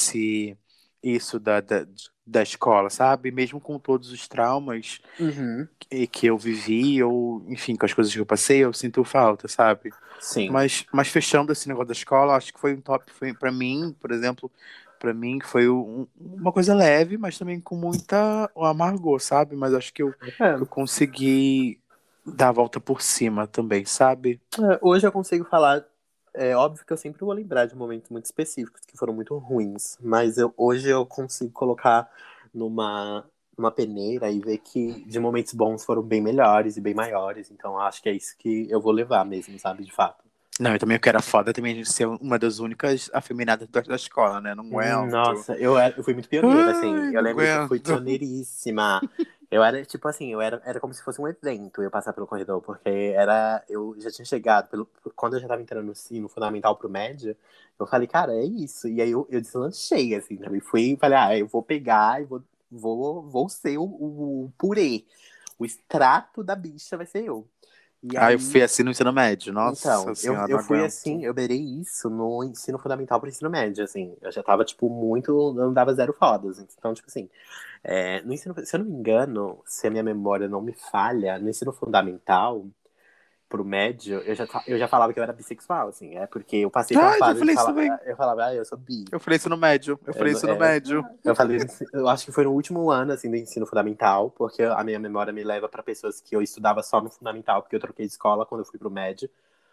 isso da escola, sabe? Mesmo com todos os traumas Uhum. que eu vivi, ou, enfim, com as coisas que eu passei, eu sinto falta, sabe? Sim. Mas fechando esse negócio da escola, acho que foi um top, foi para mim, por exemplo, para mim foi uma coisa leve, mas também com muita amargor, sabe? Mas acho que eu É. consegui dar a volta por cima também, sabe? Hoje eu consigo falar. É óbvio que eu sempre vou lembrar de momentos muito específicos que foram muito ruins, mas hoje eu consigo colocar numa peneira e ver que de momentos bons foram bem melhores e bem maiores. Então acho que é isso que eu vou levar mesmo, sabe, de fato. Não, eu também eu quero a foda também de ser uma das únicas afeminadas da escola, né? Não aguento. Nossa, eu fui muito pioneira, assim. Ai, Eu não lembro que eu fui aguento. pioneiríssima. Eu era, tipo assim, era como se fosse um evento eu passar pelo corredor, porque eu já tinha chegado, quando eu já tava entrando no ensino fundamental pro médio, eu falei, cara, é isso. E aí eu deslanchei, assim, também fui e falei, eu vou pegar e vou ser o purê. O extrato da bicha vai ser eu. E Ah, eu fui aí assim no ensino médio. Nossa então, senhora, eu não fui assim, aguento. eu beirei isso no ensino fundamental para ensino médio, assim. Eu já tava, tipo, muito. Não dava zero fodas. Então, tipo assim, no ensino, se eu não me engano, se a minha memória não me falha, no ensino fundamental pro médio, eu já falava que eu era bissexual, assim. É porque eu passei por uma Ah, eu já fase de falei isso falar. também. Eu falava, eu sou bi. Eu falei isso no médio. Eu falei isso no É, médio. eu falei, eu acho que foi no último ano, assim, do ensino fundamental, porque a minha memória me leva para pessoas que eu estudava só no fundamental, porque eu troquei de escola quando eu fui pro médio.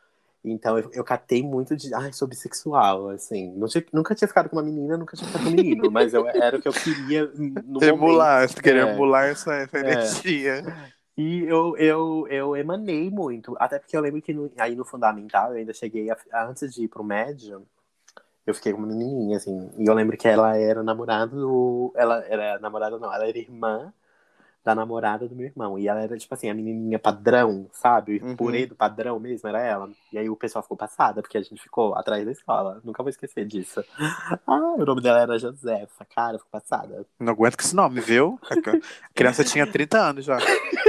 Então eu catei muito de. Ai, sou bissexual, assim. Nunca tinha ficado com uma menina, nunca tinha ficado com um menino, mas era o que eu queria no momento. Emular, você queria É, emular essa é. energia. E eu emanei muito. Até porque eu lembro que aí no fundamental eu ainda cheguei antes de ir pro médio, eu fiquei com uma menininha, assim. E eu lembro que ela era namorada do. Ela era namorada, não, ela era irmã da namorada do meu irmão. E ela era, tipo assim, a menininha padrão, sabe? O purê Uhum. do padrão mesmo, era ela. E aí o pessoal ficou passada, porque a gente ficou atrás da escola. Nunca vou esquecer disso. Ah, o nome dela era Josefa, cara, ficou passada. Não aguento com esse nome, viu? A criança tinha 30 anos já.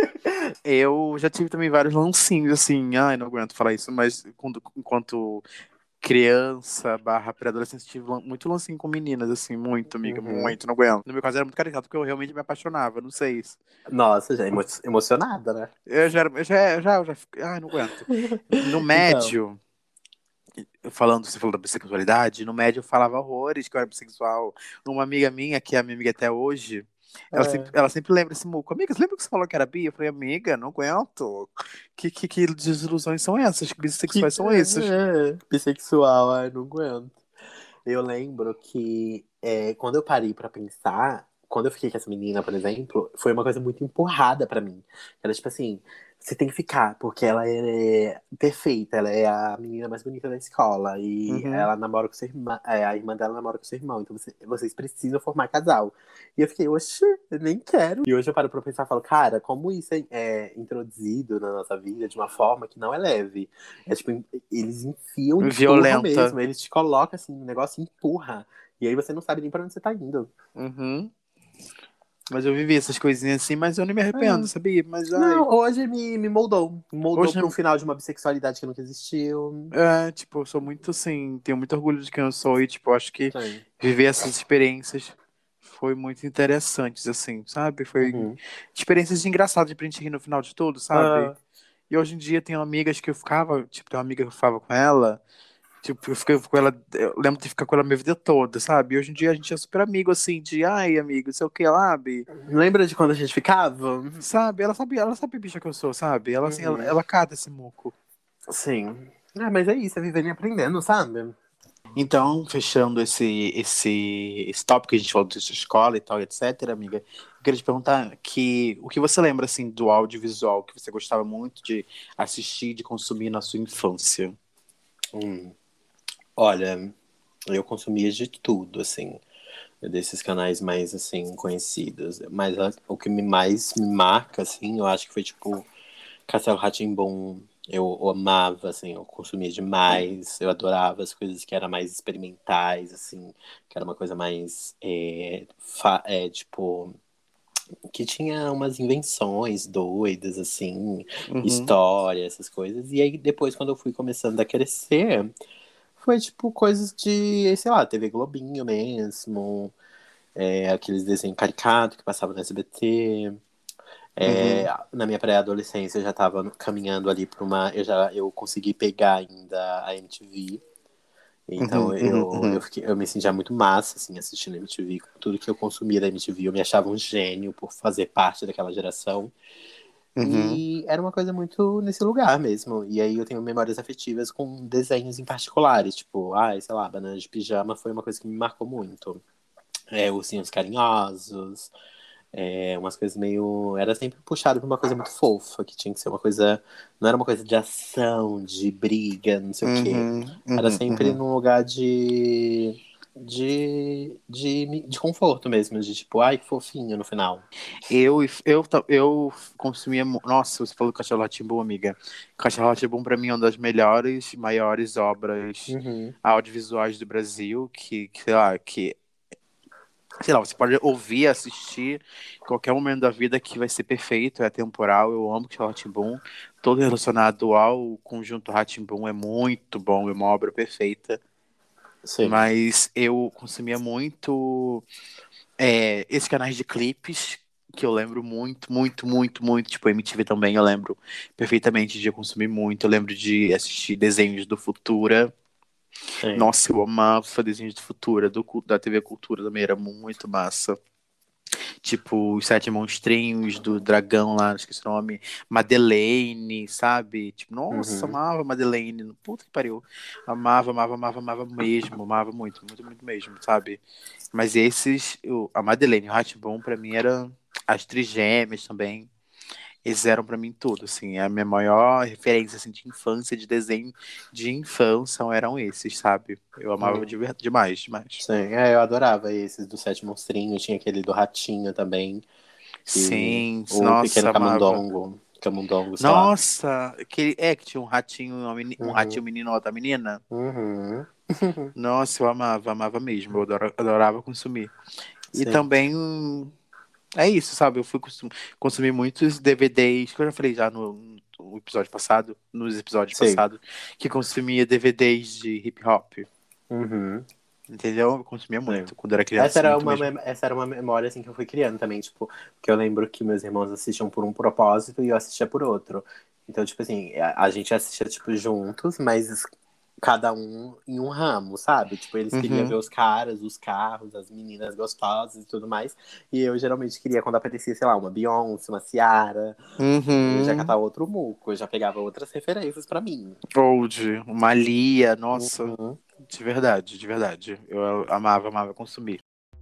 Eu já tive também vários lancinhos, assim. Ai, não aguento falar isso, mas enquanto criança barra pré-adolescente, tive muito lancinho com meninas, assim, muito, amiga, Uhum. muito, não aguento. No meu caso era muito caricato, porque eu realmente me apaixonava, não sei isso. Nossa, já emocionada, né? Eu já era, ai, não aguento. No Então. médio, você falou da bissexualidade, no médio eu falava horrores que eu era bissexual. Uma amiga minha, que é a minha amiga até hoje, É. ela sempre lembra esse muco. Amiga, você lembra que você falou que era bi? Eu falei, amiga, não aguento. Que desilusões são essas? Que bissexuais são esses? Bissexual, ai, não aguento. Eu lembro que quando eu parei pra pensar, quando eu fiquei com essa menina, por exemplo, foi uma coisa muito empurrada pra mim. Era tipo assim, você tem que ficar, porque ela é perfeita, ela é a menina mais bonita da escola. E Uhum. ela namora com seu irmão, a irmã dela namora com seu irmão, então vocês precisam formar casal. E eu fiquei, oxe, eu nem quero. E hoje eu paro pra pensar e falo, cara, como isso é introduzido na nossa vida de uma forma que não é leve. É tipo, eles enfiam, empurram Violenta. mesmo. Eles te colocam assim, um negócio e empurra. E aí você não sabe nem pra onde você tá indo. Uhum. Mas eu vivi essas coisinhas assim, mas eu nem me arrependo, É. sabia? Mas, ai, Não, hoje me moldou. Me moldou hoje, pra um final de uma bissexualidade que nunca existiu. tipo, eu sou muito assim, tenho muito orgulho de quem eu sou e, tipo, acho que Sim. viver essas experiências foi muito interessantes, assim, sabe? Foi Uhum. experiências engraçadas pra gente rir no final de tudo, sabe? Ah, E hoje em dia tenho amigas que eu ficava, tipo, tem uma amiga que eu ficava com ela, tipo, eu fiquei com ela, eu lembro de ficar com ela a minha vida toda, sabe? E hoje em dia a gente é super amigo, assim, de, ai, amigo, sei o que, sabe? lembra de quando a gente ficava? Sabe? Ela sabe a bicha que eu sou, sabe? Ela, assim, ela, Uhum. ela cata esse muco. Sim. Mas é isso, é vivendo e aprendendo, sabe? Então, fechando esse tópico que a gente falou de sua escola e tal, etc., amiga, eu queria te perguntar o que você lembra, assim, do audiovisual que você gostava muito de assistir, de consumir na sua infância? Hum. Olha, eu consumia de tudo, assim, desses canais mais, assim, conhecidos. Mas o que mais me marca, assim, eu acho que foi, tipo, Castelo rá tim eu amava, assim, eu consumia demais. Eu adorava as coisas que eram mais experimentais, assim, que era uma coisa mais, tipo, que tinha umas invenções doidas, assim, Uhum, história, essas coisas. E aí, depois, quando eu fui começando a crescer, foi, tipo, coisas de, sei lá, TV Globinho mesmo, aqueles desenhos caricatos que passavam no SBT. uhum, Na minha pré-adolescência eu já estava caminhando ali para uma. Eu consegui pegar ainda a MTV. Então uhum, uhum, uhum, eu me sentia muito massa, assim, assistindo a MTV. Tudo que eu consumia da MTV, eu me achava um gênio por fazer parte daquela geração. uhum. E era uma coisa muito nesse lugar mesmo. E aí eu tenho memórias afetivas com desenhos em particulares. Tipo, sei lá, Banana de Pijama foi uma coisa que me marcou muito. Ursinhos Carinhosos. Umas coisas meio. Era sempre puxado pra uma coisa muito fofa, que tinha que ser uma coisa. Não era uma coisa de ação, de briga, não sei o quê. Uhum, Era uhum, sempre uhum. num lugar de conforto mesmo, de tipo, ai, que fofinho no final. Eu consumia. Nossa, você falou do Castelo rá tim amiga. Castelo rá tim pra mim é uma das melhores, maiores obras Uhum. audiovisuais do Brasil, sei lá, você pode ouvir, assistir em qualquer momento da vida que vai ser perfeito, é atemporal. Eu amo Castelo rá tim. Todo relacionado ao conjunto rá tim é muito bom, é uma obra perfeita. Sim. Mas eu consumia muito esses canais de clipes que eu lembro muito, muito, muito, muito. Tipo, MTV também eu lembro perfeitamente de consumir muito. Eu lembro de assistir desenhos do Futura. Sim. Nossa, eu amava desenhos do Futura, da TV Cultura também, era muito massa. Tipo, os Sete Monstrinhos do Dragão lá, esqueci o nome. Madeleine, sabe? Tipo, nossa, Uhum. amava Madeleine. Puta que pariu. Amava, amava, amava, amava mesmo. Amava muito, muito, muito mesmo, sabe? Mas esses, a Madeleine e o Rá-Tim-Bum, pra mim, eram as Trigêmeas também. Eles eram pra mim tudo, assim. A minha maior referência, assim, de infância, de desenho de infância, eram esses, sabe? Eu amava Hum. demais, demais. Sim, eu adorava esses do Sete Monstrinhos. Tinha aquele do Ratinho também. Que... Sim, O Pequeno nossa, amava. Camundongo. Camundongo, sei lá. Nossa, que tinha um ratinho, um ratinho Uhum. menino e outra menina. Uhum. Nossa, eu amava, amava mesmo. Eu adorava consumir. E Sim, também é isso, sabe? Eu fui consumir muitos DVDs, que eu já falei já no episódio passado, nos episódios sim. passados, que consumia DVDs de hip hop. Uhum. Entendeu? Eu consumia Sim. muito. Quando eu era criança, muito mesmo. Essa era uma memória assim que eu fui criando também, tipo, que eu lembro que meus irmãos assistiam por um propósito e eu assistia por outro. Então, tipo assim, a gente assistia tipo juntos, mas cada um em um ramo, sabe? Tipo, eles queriam ver Uhum. os caras, os carros, as meninas gostosas e tudo mais. E eu geralmente queria quando aparecia, sei lá, uma Beyoncé, uma Ciara, eu já Uhum. catava outro muco, eu já pegava outras referências pra mim. Old, uma Lia, nossa. Uhum. De verdade, de verdade. Eu amava, amava consumir.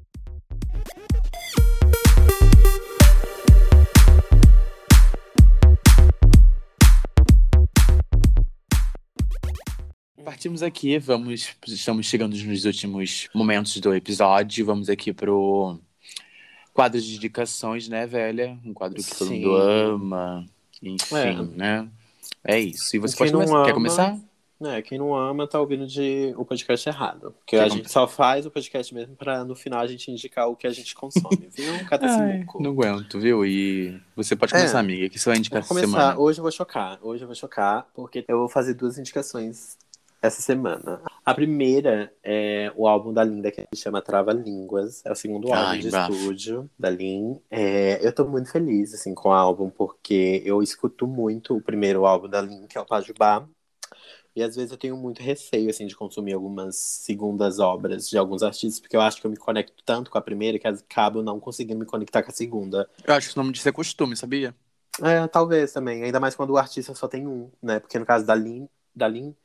Partimos aqui, estamos chegando nos últimos momentos do episódio. Vamos aqui pro quadro de indicações, né, velha? Um quadro que todo mundo Sim. ama, É, enfim, né? É isso. E você quem pode não começar? Quer ama, começar? quem não ama tá ouvindo o podcast errado. Porque Quer a com... gente só faz o podcast mesmo pra no final a gente indicar o que a gente consome, viu? Ai, não Catasimuco. aguento, viu? E você pode começar, É, amiga. O que você vai eu indicar vou essa começar. semana? Hoje eu vou chocar. Hoje eu vou chocar, porque eu vou fazer duas indicações essa semana. A primeira é o álbum da Linda, que se chama Trava Línguas. É o segundo álbum Ai, de bafo. estúdio da Lin. Eu tô muito feliz, assim, com o álbum, porque eu escuto muito o primeiro álbum da Lin, que é o Pajubá. E às vezes eu tenho muito receio, assim, de consumir algumas segundas obras de alguns artistas, porque eu acho que eu me conecto tanto com a primeira que acabo não conseguindo me conectar com a segunda. Eu acho que o nome disso é costume, sabia? Talvez também, ainda mais quando o artista só tem um, né? Porque no caso da Lin,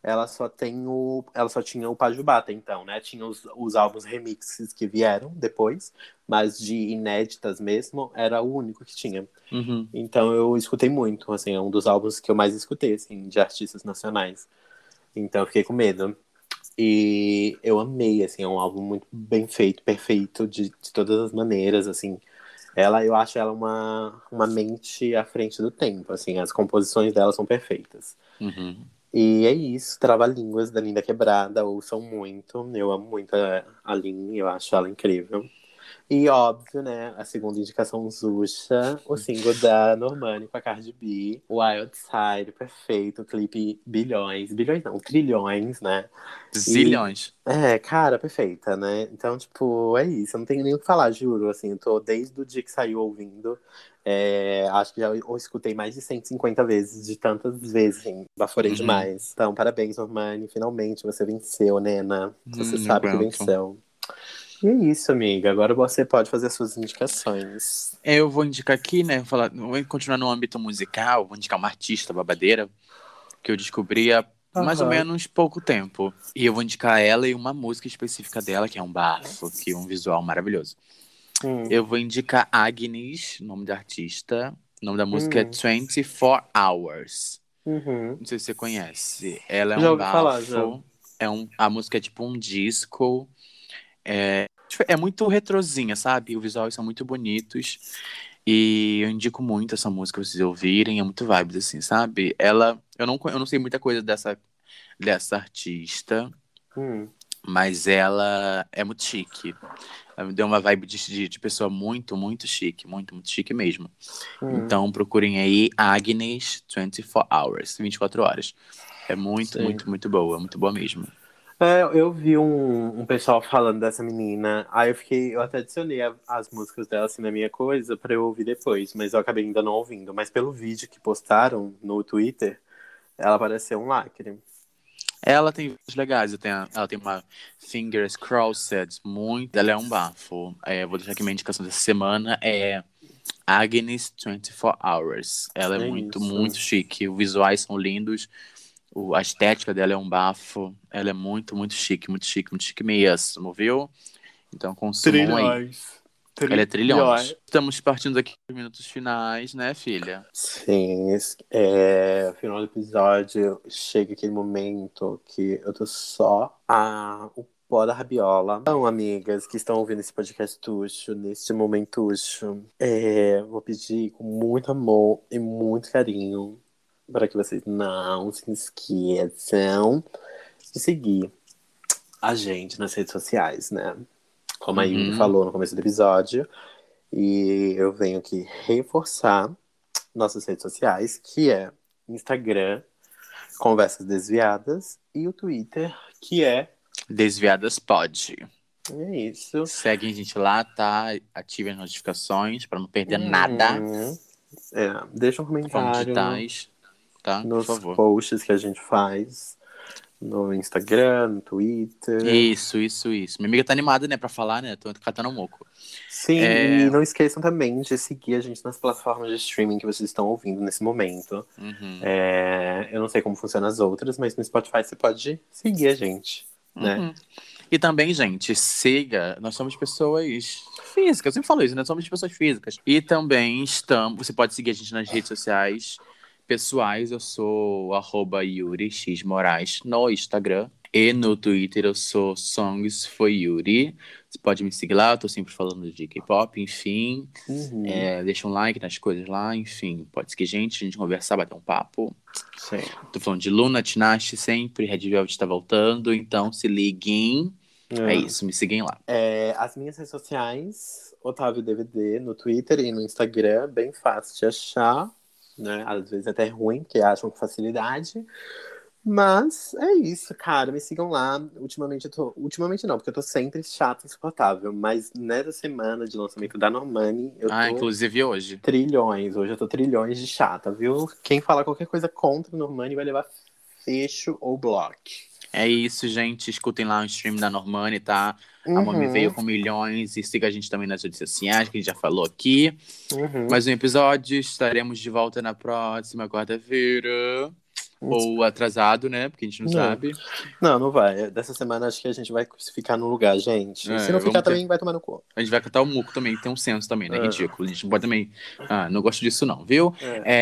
ela só tinha o Pajubá até então, né? Tinha os álbuns remixes que vieram depois, mas de inéditas mesmo, era o único que tinha. Uhum. Então eu escutei muito, assim, é um dos álbuns que eu mais escutei, assim, de artistas nacionais. Então eu fiquei com medo. E eu amei, assim, é um álbum muito bem feito, perfeito, de todas as maneiras, assim. Eu acho ela uma mente à frente do tempo, assim, as composições dela são perfeitas. Uhum. E é isso, Trava-Línguas da Linda Quebrada, ouçam muito, eu amo muito a Lin, eu acho ela incrível. E óbvio, né, a segunda indicação Xuxa, o single da Normani com a Cardi B, Wild Side, perfeito, clipe bilhões, bilhões não, trilhões, né? E Zilhões. cara, perfeita, né? Então, tipo, é isso. Eu não tenho nem o que falar, juro. Assim, eu tô desde o dia que saiu ouvindo. Acho que já eu escutei mais de 150 vezes, de tantas vezes, assim, baforei Uhum. demais. Então, parabéns, Normani. Finalmente você venceu, Nena. Você Não sabe que aguento. venceu. E é isso, amiga. Agora você pode fazer as suas indicações. Eu vou indicar aqui, né? Vou continuar no âmbito musical, vou indicar uma artista babadeira que eu descobri há mais ou Aham. menos pouco tempo. E eu vou indicar ela e uma música específica dela, que é um bafo, que é um visual maravilhoso. Hum, Eu vou indicar Agnes, nome da artista. O nome da música é hum, 24 Hours. uhum. Não sei se você conhece. Ela é Já um ouvi falar, já. bafo. A música é tipo um disco. É muito retrozinha, sabe? Os visuais são muito bonitos. E eu indico muito essa música pra vocês ouvirem. É muito vibes, assim, sabe? Eu não sei muita coisa dessa artista, Hum, mas ela é muito chique. Ela me deu uma vibe de pessoa muito, muito chique. Muito, muito chique mesmo. hum, Então procurem aí Agnes 24 Hours, 24 horas. É muito, sim. muito, muito boa mesmo. Eu vi um pessoal falando dessa menina. Aí eu até adicionei as músicas dela assim na minha coisa pra eu ouvir depois, mas eu acabei ainda não ouvindo. Mas pelo vídeo que postaram no Twitter, ela pareceu um lacre. Ela tem vídeos legais, ela tem uma Fingers Crossed, muito. Ela é um bafo. Vou deixar aqui minha indicação dessa semana. Agnes 24 Hours. Ela é É muito, isso. muito chique. Os visuais são lindos. A estética dela é um bafo. Ela é muito, muito chique, muito chique, muito chique mesmo, viu? Então consumam aí. Trilhões. Ela é Trilhões. trilhões. Estamos partindo aqui para os minutos finais, né, filha? Sim, final do episódio chega aquele momento que eu tô só o pó da rabiola. Então, amigas que estão ouvindo esse podcast tuxo, neste momentuxo, vou pedir com muito amor e muito carinho para que vocês não se esqueçam de seguir a gente nas redes sociais, né? Como a Yuri falou no começo do episódio. E eu venho aqui reforçar nossas redes sociais, que é Instagram, Conversas Desviadas, e o Twitter, que é Desviadas pode. É isso. Segue a gente lá, tá? Ative as notificações para não perder nada. Deixa um Formas comentário digitais, tá? Por nos favor. posts que a gente faz no Instagram, no Twitter. Isso. Minha amiga tá animada, né, pra falar, né? Tô catando um moco. Sim, e não esqueçam também de seguir a gente nas plataformas de streaming que vocês estão ouvindo nesse momento. Eu não sei como funcionam as outras, mas no Spotify você pode seguir a gente, né? E também, gente, siga. Nós somos pessoas físicas, eu sempre falo isso, né? Somos pessoas físicas. E também você pode seguir a gente nas redes sociais pessoais. Eu sou @YuriXMoraes no Instagram. E no Twitter eu sou Songs for Yuri. Você pode me seguir lá, eu tô sempre falando de K-pop, enfim. Deixa um like nas coisas lá, enfim. Pode seguir a gente conversar, bater um papo. Sim. Tô falando de Luna, Tinashe sempre, Red Velvet tá voltando, então se liguem. É isso, me sigam lá. As minhas redes sociais, Otávio DVD, no Twitter e no Instagram, bem fácil de achar, né? Às vezes até ruim, porque acham com facilidade. Mas é isso, cara. Me sigam lá. Ultimamente não, porque eu tô sempre chata e insuportável. Mas nessa semana de lançamento da Normani, eu tô inclusive hoje. trilhões. Hoje eu tô trilhões de chata, viu? Quem falar qualquer coisa contra a Normani vai levar fecho ou bloco. É isso, gente. Escutem lá o stream da Normani, tá? A Mami veio com milhões. E siga a gente também nas redes sociais, que a gente já falou aqui. Mais um episódio. Estaremos de volta na próxima quarta-feira. Ou atrasado, né? Porque a gente não sabe. Não vai. Dessa semana acho que a gente vai ficar no lugar, gente. Se não ficar também, vai tomar no cu. A gente vai catar o muco também, tem um senso também, né? Ridículo. A gente não pode também... não gosto disso não, viu?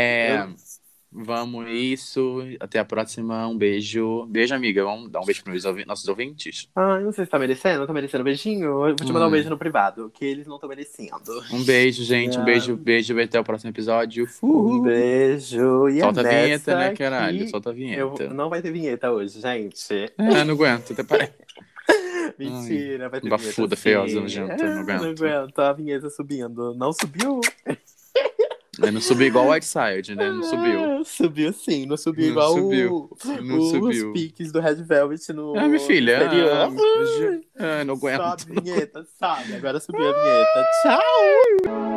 Vamos, isso. Até a próxima. Um beijo. Beijo, amiga. Vamos dar um beijo para os nossos ouvintes. Não sei se tá merecendo. Não tá merecendo um beijinho? Eu vou te mandar um beijo no privado, que eles não estão merecendo. Um beijo, gente. Um beijo. Até o próximo episódio. Um beijo. E solta a vinheta, né, caralho? Solta a vinheta. Não vai ter vinheta hoje, gente. Não aguento. Até parece. Mentira, vai ter vinheta. Bafuda, feiosa, nojenta. Não aguento. Não aguento. A vinheta subindo. Não subiu? Não subiu igual o Whiteside, né? Não subiu. Subiu sim, não subiu igual os piques do Red Velvet no minha filha. Não aguento. Sobe a vinheta, sabe? Agora subiu a vinheta. Tchau!